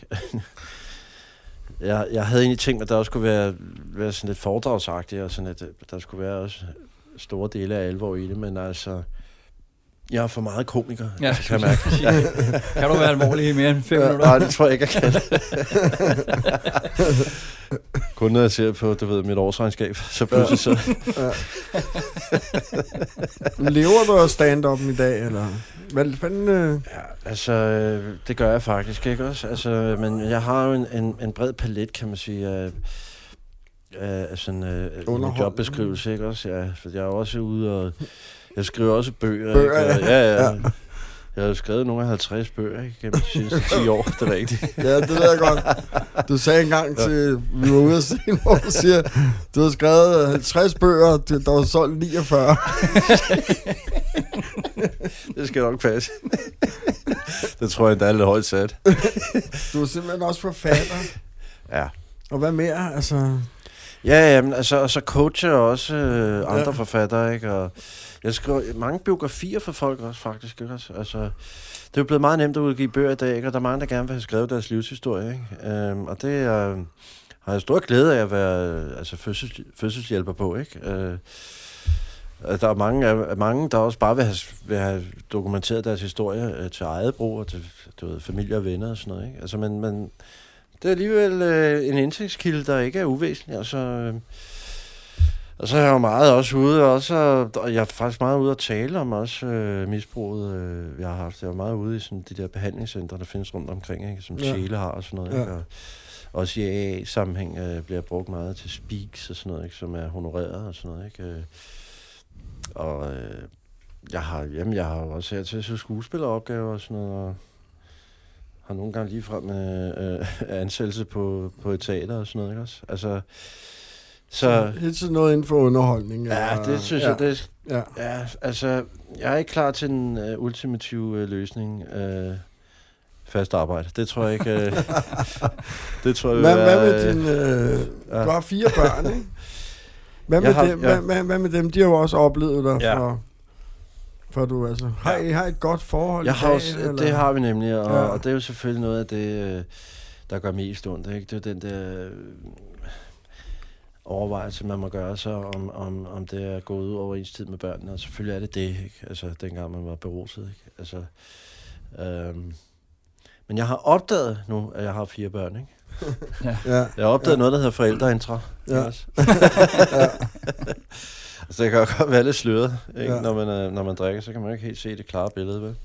Jeg havde egentlig tænkt, at der også skulle være sådan lidt foredragsagtigt, og sådan at der skulle være også store dele af alvor i det, men altså... Jeg er for meget komiker, kan jeg mærke. Kan du være alvorlig i mere end 5 minutter? Nej, det tror jeg ikke, jeg kan. Kun når jeg ser på, mit årsregnskab, så pludselig så... Lever du af stand-up'en i dag, eller? Hvad fanden... Ja, altså, det gør jeg faktisk, ikke også? Altså, men jeg har jo en bred palet, kan man sige, af sådan en jobbeskrivelse, ikke også? Ja, for jeg er også ude og... Jeg skriver også bøger. Ja. Jeg har skrevet nogle af 50 bøger, ikke? Gennem de sidste 10 år, det er rigtigt. Ja, det ved jeg godt. Du sagde engang til, vi var ude at se, hvor du siger, du har skrevet 50 bøger, der var solgt 49. Det skal nok passe. Det tror jeg, der er lidt højt sat. Du er simpelthen også forfatter. Ja. Og hvad mere, altså... Ja, jamen, altså, og så coacher jeg også andre forfattere, ikke? Og jeg skriver mange biografier for folk også, faktisk, ikke? Altså, det er jo blevet meget nemt at udgive bøger i dag, ikke? Og der er mange, der gerne vil have skrevet deres livshistorie, ikke? Og det har jeg stor glæde af at være fødselshjælper på, ikke? Der er mange, der også bare vil have dokumenteret deres historie til eget brug og til familie og venner og sådan noget, ikke? Altså, men det er alligevel en indtægtskilde, der ikke er uvæsentlig, altså... Og så er jeg jo meget også ude, og jeg er faktisk meget ude at tale om også misbruget, jeg har haft. Jeg er meget ude i sådan de der behandlingscentre, der findes rundt omkring, ikke? Som Sjæle har og sådan noget. Ikke? også i AA-sammenhæng bliver brugt meget til speaks og sådan noget, ikke? Som er honoreret og sådan noget, ikke? Jeg har jo også her til så skuespilleropgaver og sådan noget, og har nogle gange ligefrem ansættelse på et teater og sådan noget, ikke også? Altså, så helt sådan noget inden for underholdning. Ja, det synes jeg, det ja. Ja, altså, jeg er ikke klar til en ultimativ løsning. Fast arbejde. Det tror jeg ikke. Det tror jeg. Hvad med din... Du har 4 børn, ikke? Hvad med dem? De har jo også oplevet dig for du altså... Har I et godt forhold? Det har vi nemlig, og det er jo selvfølgelig noget af det, der gør mest ondt, ikke? Det er den der overvejelse, man må gøre sig, om det er gået ud over ens tid med børnene, og selvfølgelig er det det, ikke? Altså, dengang man var beruset, ikke? Altså, men jeg har opdaget nu, at jeg har 4 børn, ikke? Jeg har opdaget noget, der hedder forældreintra. Ja. Altså, det kan jo godt være lidt sløret, ikke? Ja. Når man drikker, så kan man jo ikke helt se det klare billede, vel?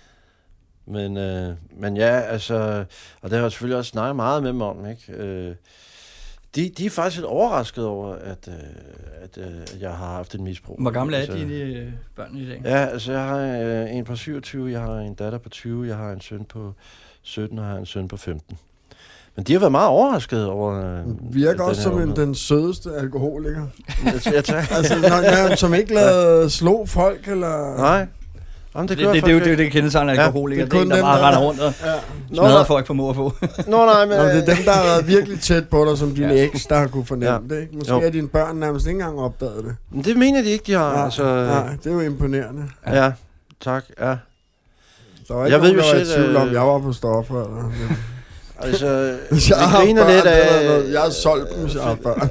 Men ja, altså, og det har jeg selvfølgelig også snakket meget med dem om, ikke? De er faktisk lidt overrasket over, at jeg har haft et misbrug. Hvor gamle er dine børn i dag? Ja, altså jeg har en på 27, jeg har en datter på 20, jeg har en søn på 17, og jeg har en søn på 15. Men de har været meget overrasket over... Virker også som den sødeste alkoholiker. Jeg tager. Altså, som ikke lader slå folk, eller... Nej. Jamen, det er jo det kendetegn af alkoholiker. Det er en, der bare render rundt og smadrer folk på mor og få. Nej, men... det er dem, der har været virkelig tæt på dig, som dine eks, der har kunne fornemme det, ikke? Måske er dine børn nærmest ikke engang opdaget det. Men det mener de ikke, de har. Nej, det er jo imponerende. Ja, tak, ja. Der var ikke nogen, der var i tvivl om, jeg var på stoffer, eller... Altså, jeg griner lidt af... Jeg har solgt dem, hvis jeg har børn.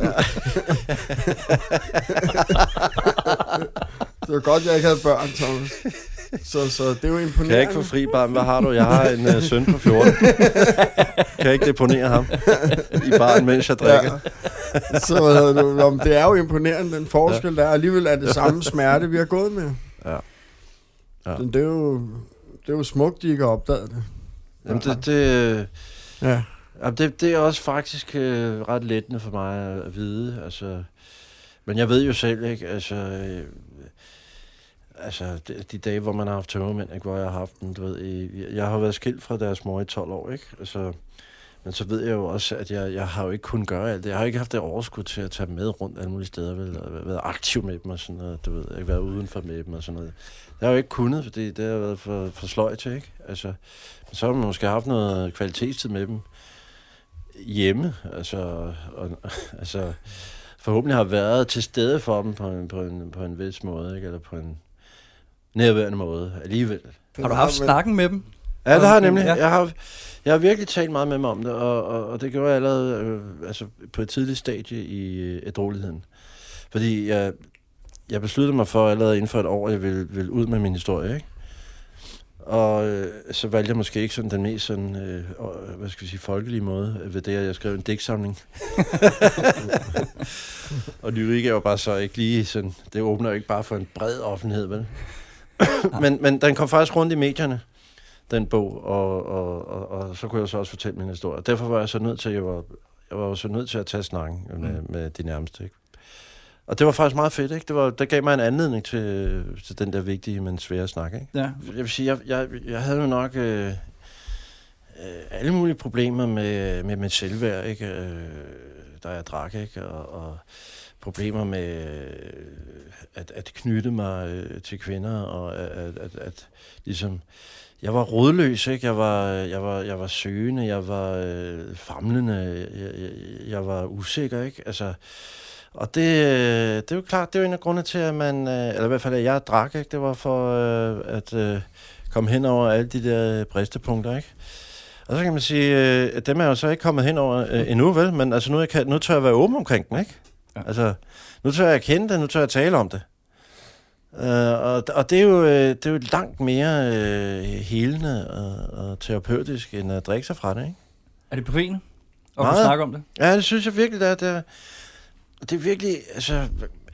Det var godt, jeg ikke havde børn, Thomas. Så det er jo imponerende. Kan jeg ikke få fri barn? Hvad har du? Jeg har en søn på 14. Kan jeg ikke deponere ham i baren, mens jeg drikker? Ja. Så det er jo imponerende, den forskel, der er. Alligevel er det samme smerte, vi har gået med. Ja. Men det er jo smukt, de ikke har opdaget det. Jamen, det er også faktisk ret lettende for mig at vide. Altså, men jeg ved jo selv, ikke? Altså de dage, hvor man har haft tømmermænd, ikke? Hvor jeg har haft dem, du ved, jeg har været skilt fra deres mor i 12 år, ikke? Altså, men så ved jeg jo også, at jeg har jo ikke kunnet gøre alt det. Jeg har ikke haft det overskud til at tage med rundt alle mulige steder, vel? Og været aktiv med dem og sådan noget, du ved. Jeg har været udenfor med dem og sådan noget. Det har jeg jo ikke kunnet, fordi det har været for sløjt til, ikke? Altså, men så har man måske haft noget kvalitetstid med dem hjemme, altså forhåbentlig har været til stede for dem på en vis måde, ikke? Eller på en nærværende måde alligevel. Har du haft snakken med dem? Ja, det har jeg nemlig. Ja. Jeg har virkelig talt meget med dem om det, og det gjorde jeg allerede på et tidligt stadie i ædrueligheden. Fordi jeg besluttede mig for allerede inden for et år, at jeg ville ud med min historie, ikke? Og så valgte jeg måske ikke sådan den mest sådan, folkelige måde ved det, at jeg skrev en digtsamling. Og lyrik er jo bare så ikke lige sådan, det åbner jo ikke bare for en bred offentlighed, vel? men den kom faktisk rundt i medierne, den bog, og så kunne jeg så også fortælle min historie. Derfor var jeg så nødt til, jeg var så nødt til at tage snakken med de nærmeste, ikke? Og det var faktisk meget fedt, ikke? Det gav mig en anledning til den der vigtige, men svære snak, ikke? Ja. Jeg vil sige, jeg havde jo nok alle mulige problemer med mit selvværd, ikke? Da jeg drak, ikke? Og problemer med at knytte mig til kvinder, og at ligesom... Jeg var rodløs, ikke? Jeg var søgende, jeg var famlende, jeg var usikker, ikke? Altså... Og det er jo klart, det er jo en af grundene til, at man, eller i hvert fald, at jeg drak, ikke? Det var for at komme hen over alle de der bristepunkter, ikke? Og så kan man sige, at dem er jo så ikke kommet hen over endnu, vel? Men altså, nu tør jeg være åben omkring den, ikke? Ja. Altså, nu tør jeg kende det, nu tør jeg tale om det. Og det er jo langt mere helende og terapeutisk, end at drikke sig fra det, ikke? Er det befriende at kunne snakke om det? Ja, det synes jeg virkelig, det er. Det er virkelig, altså...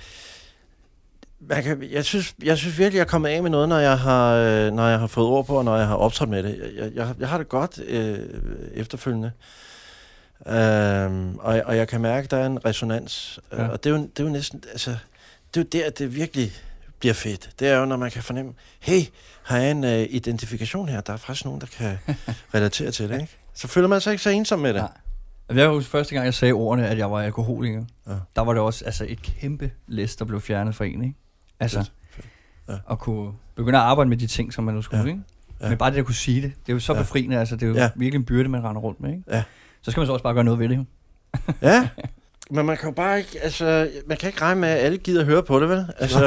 Jeg synes virkelig, jeg er kommet af med noget, når jeg har fået ord på, og når jeg har optrådt med det. Jeg har det godt efterfølgende. Og jeg kan mærke, at der er en resonans. Ja. Og det er jo næsten... Altså, det er jo der, at det virkelig bliver fedt. Det er jo, når man kan fornemme, hey, har jeg en identifikation her? Der er faktisk nogen, der kan relatere til det, ikke? Så føler man sig ikke så ensom med det. Nej. Jeg husker første gang, jeg sagde ordene, at jeg var alkoholiker. Ja. Der var det også et kæmpe læs, der blev fjernet fra en, ikke? Altså, ja. At kunne begynde at arbejde med de ting, som man nu skulle, ikke? Ja. Men bare det at kunne sige det, det er jo så befriende, altså det er jo virkelig en byrde, man render rundt med, ikke? Ja. Så skal man så også bare gøre noget ved det, jo. Ja, men man kan jo bare ikke, altså, man kan ikke regne med, at alle gider høre på det, vel? Altså.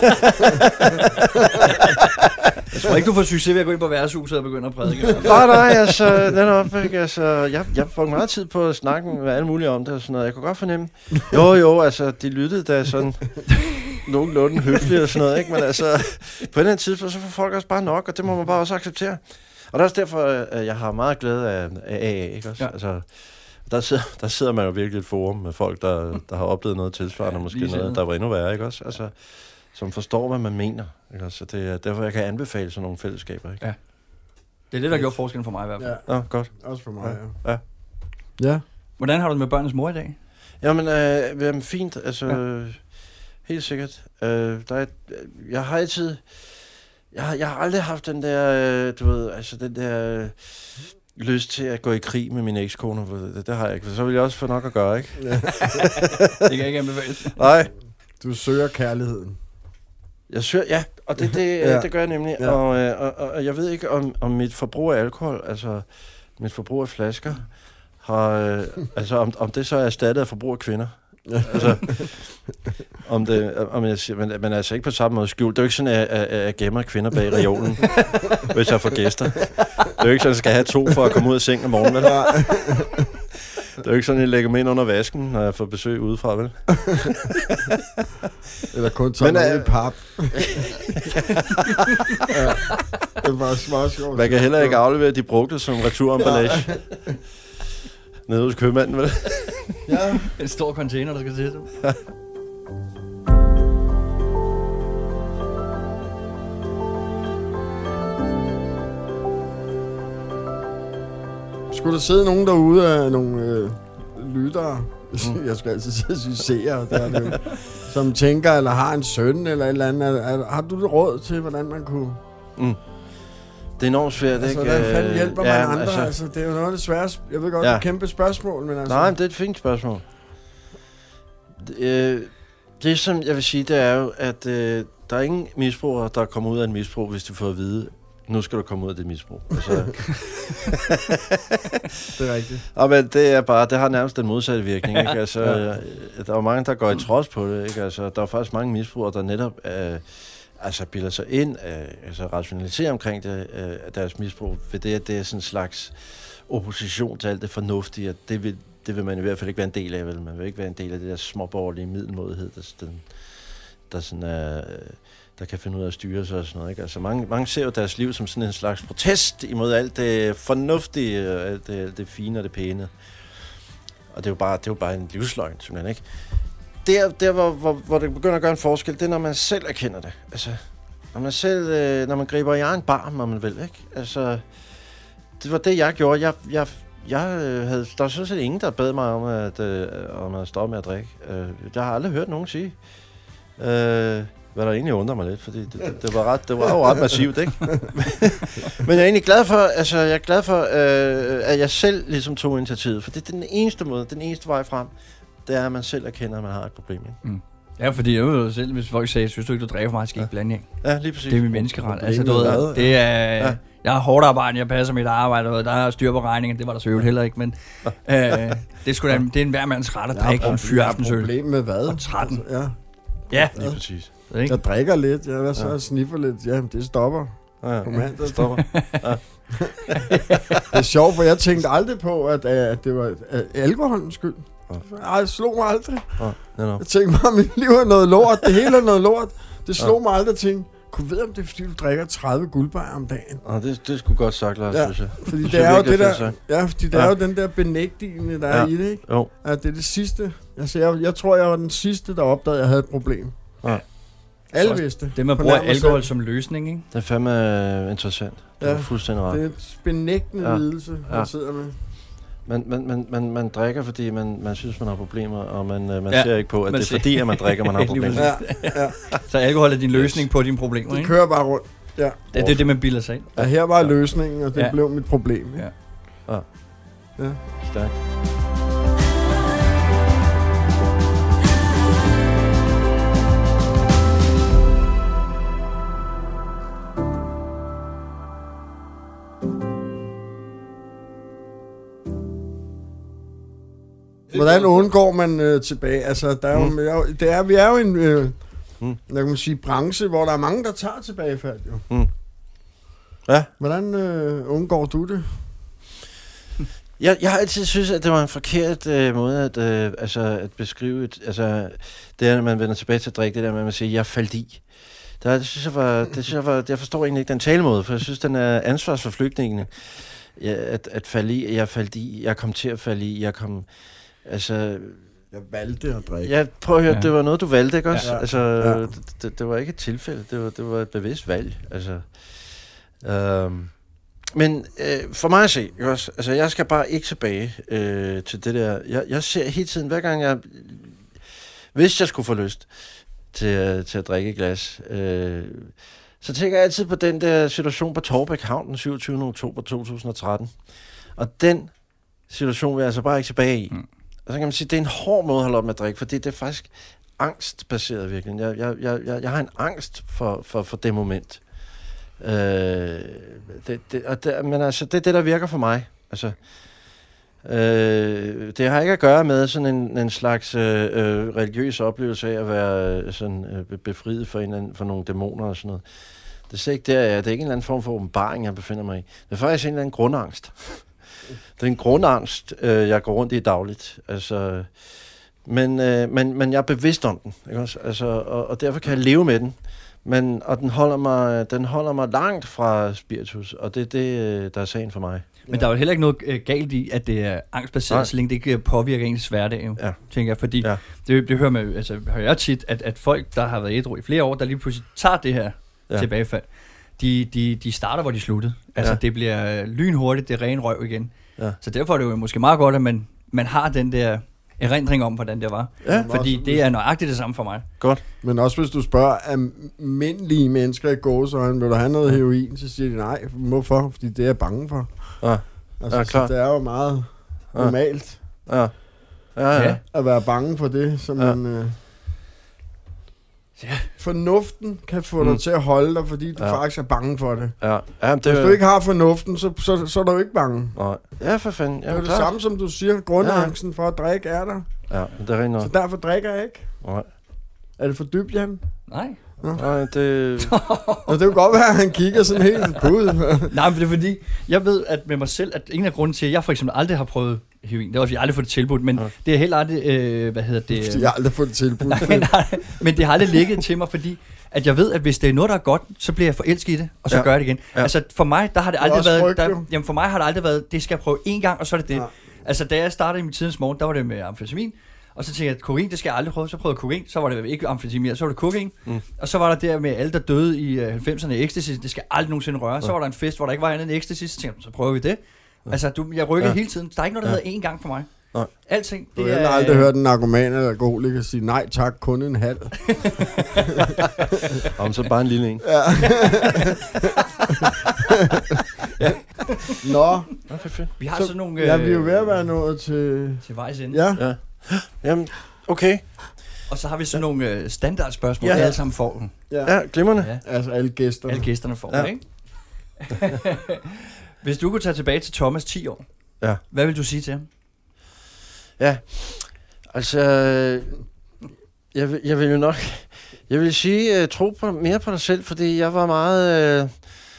Jeg tror ikke, du får succes ved at gå ind på værtshuset og begynde at prædike. Nej, altså, netop, ikke? Altså, jeg får meget tid på at snakke med alle mulige om det og sådan noget. Jeg kunne godt fornemme, jo, altså, de lyttede da sådan nogenlunde høfligt og sådan noget, ikke? Men altså, på en eller anden tidspunkt, så får folk også bare nok, og det må man bare også acceptere. Og det er også derfor, at jeg har meget glæde af AA, ikke også? Ja. Altså, der sidder man jo virkelig i et forum med folk, der har oplevet noget tilsvarende, måske noget, der var endnu værre, ikke også? Altså, som forstår, hvad man mener, ikke også? Så det er derfor, jeg kan anbefale sådan nogle fællesskaber, ikke? Ja. Det er det, der gjorde forskellen for mig i hvert fald. Ja, godt. Også for mig, ja. Hvordan har du det med børnenes mor i dag? Jamen, fint, altså, helt sikkert. Jeg har altid... Jeg har aldrig haft den der, du ved, altså den der lyst til at gå i krig med min ekskone. Det har jeg ikke, så vil jeg også få nok at gøre, ikke? Ja. Det kan jeg ikke anbefale. Nej. Du søger kærligheden. Jeg søger, og det gør jeg nemlig. Ja. Og jeg ved ikke, om mit forbrug af alkohol, altså mit forbrug af flasker, har, altså om det så er erstattet af forbrug af kvinder. Altså, om jeg siger, men altså ikke på samme måde skjult. Det er jo ikke sådan, at jeg gemmer kvinder bag reolen, hvis jeg får gæster. Det er jo ikke sådan, at jeg skal have 2 for at komme ud af sengen om morgenen. Det er jo ikke sådan, at jeg lægger mig ind under vasken, når jeg får besøg udefra, vel? Eller kun tager noget i pap. Det var meget sjovt. Man kan heller ikke aflevere de brugte som returemballage. Nede hos købmanden, vel? Ja. En stor container, der skal til. Skulle der sidde nogen derude af nogle lyttere, jeg skal altid sige seere, som tænker, eller har en søn, eller et eller andet. Har du det råd til, hvordan man kunne... Det er enormt svært, altså, ikke? Hvordan fanden hjælper man andre? Altså, det er jo noget af det svære. Jeg ved godt, det er et kæmpe spørgsmål, men altså... Nej, men det er et fint spørgsmål. Det, som jeg vil sige, det er jo, at der er ingen misbrugere, der kommer ud af en misbrug, hvis de får at vide, nu skal du komme ud af det misbrug. Altså, det er rigtigt. Og men det er bare, det har nærmest den modsatte virkning, ikke? Altså, der er mange, der går i trods på det, ikke? Altså, der er faktisk mange misbrugere, der netop... bilder sig ind, rationaliserer omkring det, deres misbrug, ved det, at det er sådan en slags opposition til alt det fornuftige, at det vil man i hvert fald ikke være en del af, vel? Man vil ikke være en del af det der småborgerlige middelmådighed, der sådan der kan finde ud af at styre sig og sådan noget, ikke? Altså mange ser jo deres liv som sådan en slags protest imod alt det fornuftige, alt det fine og det pæne. Og det er jo bare en livsløgn, simpelthen, ikke? Der hvor det begynder at gøre en forskel, det er, når man selv erkender det. Altså, når man griber i egen barm, om man vil, ikke? Altså, det var det, jeg gjorde. Der var sådan set ingen, der bad mig om at stoppe med at drikke. Jeg har aldrig hørt nogen sige. Hvad der egentlig undrer mig lidt, fordi det var jo ret massivt, ikke? Men jeg er egentlig glad for, at jeg selv ligesom tog initiativet, for det er den eneste vej frem. Det er, at man selv erkender, at man har et problem, ikke? Mm. Ja, fordi jeg jo selv, hvis folk sagde, synes du ikke, du drikker for meget, skal ikke blande jer. Ja, lige præcis. Det er min menneskeret. Altså, det er... Jeg har hårdt arbejde, jeg passer mit arbejde, og der er styr på regningen. Det var der så heller ikke, men det er en hver mands ret at drikke en fyraftensøl. Jeg har problem med hvad? Og 13. Ja, lige præcis. Jeg drikker lidt, jeg sniffer lidt. Ja, det stopper. Ja, det stopper. Ja. Det er sjovt, for jeg tænkte aldrig på, at det var alkoholens skyld. Det slog mig aldrig. Jeg tænkte bare, at mit liv er noget lort. Det hele er noget lort. Det slog mig aldrig at tænke, kunne vide, om det er, fordi du drikker 30 guldbajer om dagen. Det er sgu godt sagt, Lars, synes jeg. Fordi det er jo det der, fordi det er jo den der benægtigende, der er i det, ikke? Jo. At det er det sidste. Altså, jeg tror, jeg var den sidste, der opdagede, at jeg havde et problem. Ja. Alle vidste. Det, man bruger alkohol som løsning, ikke? Det er fandme interessant. Det er fuldstændig ret. Det er et benægtende lidelse, man sidder med. Man drikker, fordi man synes, man har problemer, og man ser ikke på, at det er fordi, at man drikker, man har problemer. Ja. Så alkohol er din løsning på dine problemer, det ikke? kører bare rundt. Ja. Det er det, man bilder sig ind. Ja, her var løsningen, og det blev mit problem. Ikke? Ja. Stærkt. Hvordan undgår man tilbage? Altså, der er jo, vi er jo en hvad kan man sige, branche, hvor der er mange, der tager tilbagefald. Jo. Ja. Hvordan undgår du det? Jeg har altid synes, at det var en forkert måde at beskrive det er, når man vender tilbage til at drikke, det der med, at man siger, jeg faldt i. Det synes jeg var, jeg forstår egentlig ikke den talemåde, for jeg synes, den er ansvarsforflygtningene. At falde i, jeg faldt i, jeg kom til at falde i, jeg valgte at drikke. Ja, prøv at høre, det var noget, du valgte, ikke også? Ja. Det var ikke et tilfælde, det var et bevidst valg, Men for mig at se, ikke også? Altså, jeg skal bare ikke tilbage til det der. Jeg ser hele tiden, hver gang hvis jeg skulle få lyst til at drikke et glas, så tænker jeg altid på den der situation på Torbæk Havn den 27. oktober 2013. Og den situation vil jeg altså bare ikke tilbage i. Og så kan man sige, det er en hård måde at holde op med at drikke, fordi det er faktisk angstbaseret virkelig. Jeg har en angst for det moment. Men altså, det er det, der virker for mig. Altså, det har ikke at gøre med sådan en slags religiøs oplevelse af at være sådan befriet for nogle dæmoner og sådan noget. Det er ikke det er ikke en eller anden form for åbenbaring, jeg befinder mig i. Det er faktisk en eller anden grundangst. Det er en grundangst, jeg går rundt i dagligt. Altså, men jeg er bevidst om den, ikke også? Altså, og derfor kan jeg leve med den. Og den holder mig langt fra spiritus, og det er det, der er sagen for mig. Men der er jo heller ikke noget galt i, at det er angstbaseret, så længe det ikke påvirker ens hverdag, tænker jeg. Fordi det hører man, altså, hører jeg tit, at folk, der har været ædru i flere år, der lige pludselig tager det her tilbagefald, de starter, hvor de sluttede. Altså, det bliver lynhurtigt, det er ren røv igen. Ja. Så derfor er det jo måske meget godt, at man har den der erindring om, hvordan det var. Ja. Fordi det er nøjagtigt det samme for mig. Godt. Men også hvis du spørger almindelige mennesker i gåseøjne, vil du have noget heroin, så siger de nej. Hvorfor? Fordi det er jeg bange for. Ja. Altså, så det er jo meget normalt at være bange for det, så man... Fornuften kan få dig til at holde dig, fordi du faktisk er bange for det. Ja. Hvis du ikke har fornuften, så er du jo ikke bange. Nej. Ja, for fanden. Det er det samme, som du siger. Grundangsten for at drikke er der. Ja, det er rent. Så derfor drikker jeg ikke. Nej. Er det for dybt, Jan? Nej. Nej, det... det kan godt være, at han kigger sådan helt på ud. Nej, men det er fordi, jeg ved at med mig selv, at en af grunden til, at jeg for eksempel aldrig har prøvet heroin, det var, fordi jeg aldrig fået det tilbudt, men det er heller aldrig, Fordi jeg aldrig fået det tilbudt. nej, men det har aldrig ligget til mig, fordi at jeg ved, at hvis det er noget, der er godt, så bliver jeg forelsket i det, og så gør jeg det igen. Ja. Altså, for mig, der har det aldrig været... for mig har det aldrig været, det skal jeg prøve én gang, og så er det det. Ja. Altså, da jeg startede i min tidens morgen, der var det med amfetamin, og så tænkte jeg, at kokain, det skal jeg aldrig prøve. Så prøvede jeg kokain, så var det ikke amfetamin, så var det kokain. Og så var der der med alle, der døde i 90'erne i ecstasy, det skal jeg aldrig nogensinde røre. Så var der en fest, hvor der ikke var andet end ecstasy, så tænkte jeg, så prøver vi det. Altså, jeg rykker hele tiden. Der er ikke noget, der hedder én gang for mig. Nej. Alting, det jeg har aldrig hørt en narkoman eller alkoholiker sige, nej tak, kun en halv. Om så bare en lille en. Nå. Vi har sådan nogle... vi er jo ved at være nået til vejs ende. Ja. Jamen, okay. Og så har vi sådan nogle standardspørgsmål, alle sammen får. Ja, glimrende. Ja. Altså alle gæsterne. Alle gæsterne får, ikke? Hvis du kunne tage tilbage til Thomas 10 år, hvad vil du sige til ham? Ja, altså, jeg vil jo nok, jeg vil sige, tro mere på dig selv, fordi jeg var meget,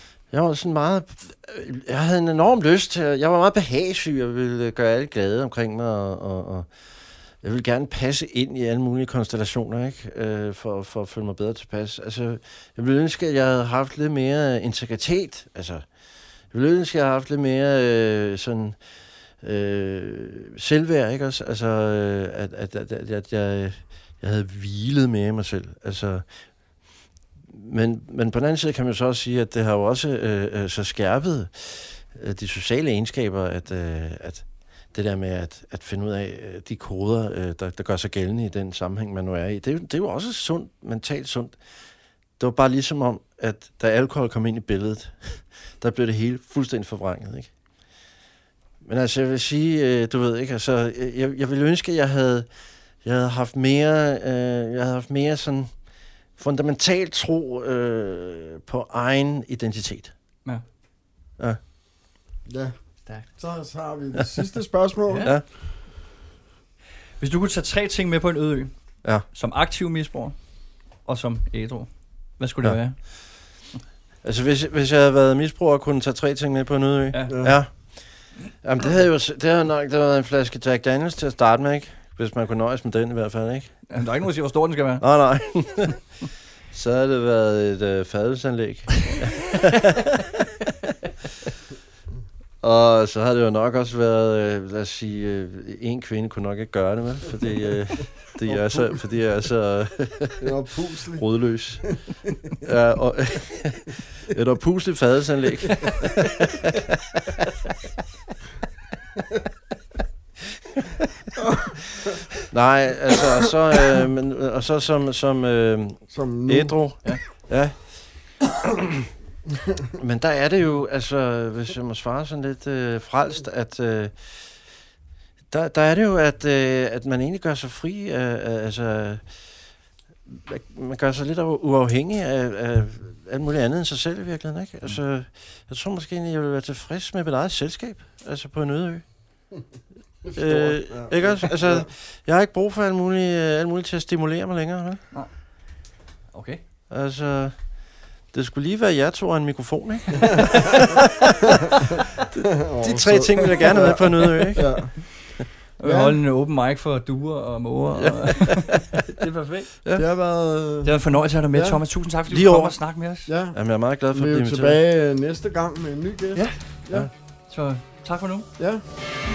jeg havde en enorm lyst til, jeg var meget behagesyg, jeg ville gøre alle glade omkring mig, og jeg ville gerne passe ind i alle mulige konstellationer, ikke? For at føle mig bedre tilpas. Altså, jeg ville ønske, at jeg havde haft lidt mere integritet, altså, jeg ville ønske, at jeg havde haft lidt mere sådan... selvværd, ikke også? Altså, at jeg havde hvilet mere i mig selv. Altså, men på den anden side kan man så også sige, at det har jo også så skærpet de sociale egenskaber, det der med at finde ud af de koder, der gør sig gældende i den sammenhæng, man nu er i. Det er jo også sundt, mentalt sundt. Det var bare ligesom om, at da alkohol kom ind i billedet, der blev det hele fuldstændig forvrænget, ikke? Men altså, jeg vil sige, du ved ikke, altså, jeg ville ønske, at jeg havde haft mere sådan fundamentalt tro på egen identitet. Ja. Ja. Så har vi det sidste spørgsmål. Ja. Hvis du kunne tage 3 ting med på en øde ø, Ja. som aktiv misbruger og som ædru, hvad skulle det være? Altså, hvis jeg havde været misbruger og kunne tage 3 ting med på en øde ø. Ja. Jamen, det havde nok været en flaske Jack Daniels til at starte med, ikke? Hvis man kunne nøjes med den i hvert fald, ikke? Jamen, der er ikke nogen, der siger, hvor stor den skal være. Nej. Så havde det været et fadelsanlæg. Og så har det jo nok også været, lad os sige, en kvinde kunne nok ikke gøre det, vel? Fordi jeg er så rodløs. Ja, og et oppusligt fadelsanlæg. Nej, altså, så som ædru. Ja. Men der er det jo, altså, hvis jeg må svare sådan lidt frelst, at der er det jo, at man egentlig gør sig fri af, altså, man gør sig lidt uafhængig af alt muligt andet end sig selv i virkeligheden, ikke? Altså, jeg tror måske egentlig, jeg vil være tilfreds med mit eget selskab, altså på en øde ø. Ikke også? Altså, jeg har ikke brug for alt muligt til at stimulere mig længere, vel? Nej. Okay. Altså, det skulle lige være jer to og en mikrofon, ikke? de 3 ting vil jeg gerne have med på en øde ø, ikke? Ja. Ja. Holde en open mic for duer og måger. Ja. Og det er perfekt. Ja. Det har været en fornøjelse at have dig med, Thomas. Tusind tak, fordi lige du kom og snakke med os. Ja. Jamen, jeg er meget glad for at blive inviteret. Vi er tilbage næste gang med en ny gæst. Ja. Så tak for nu. Ja.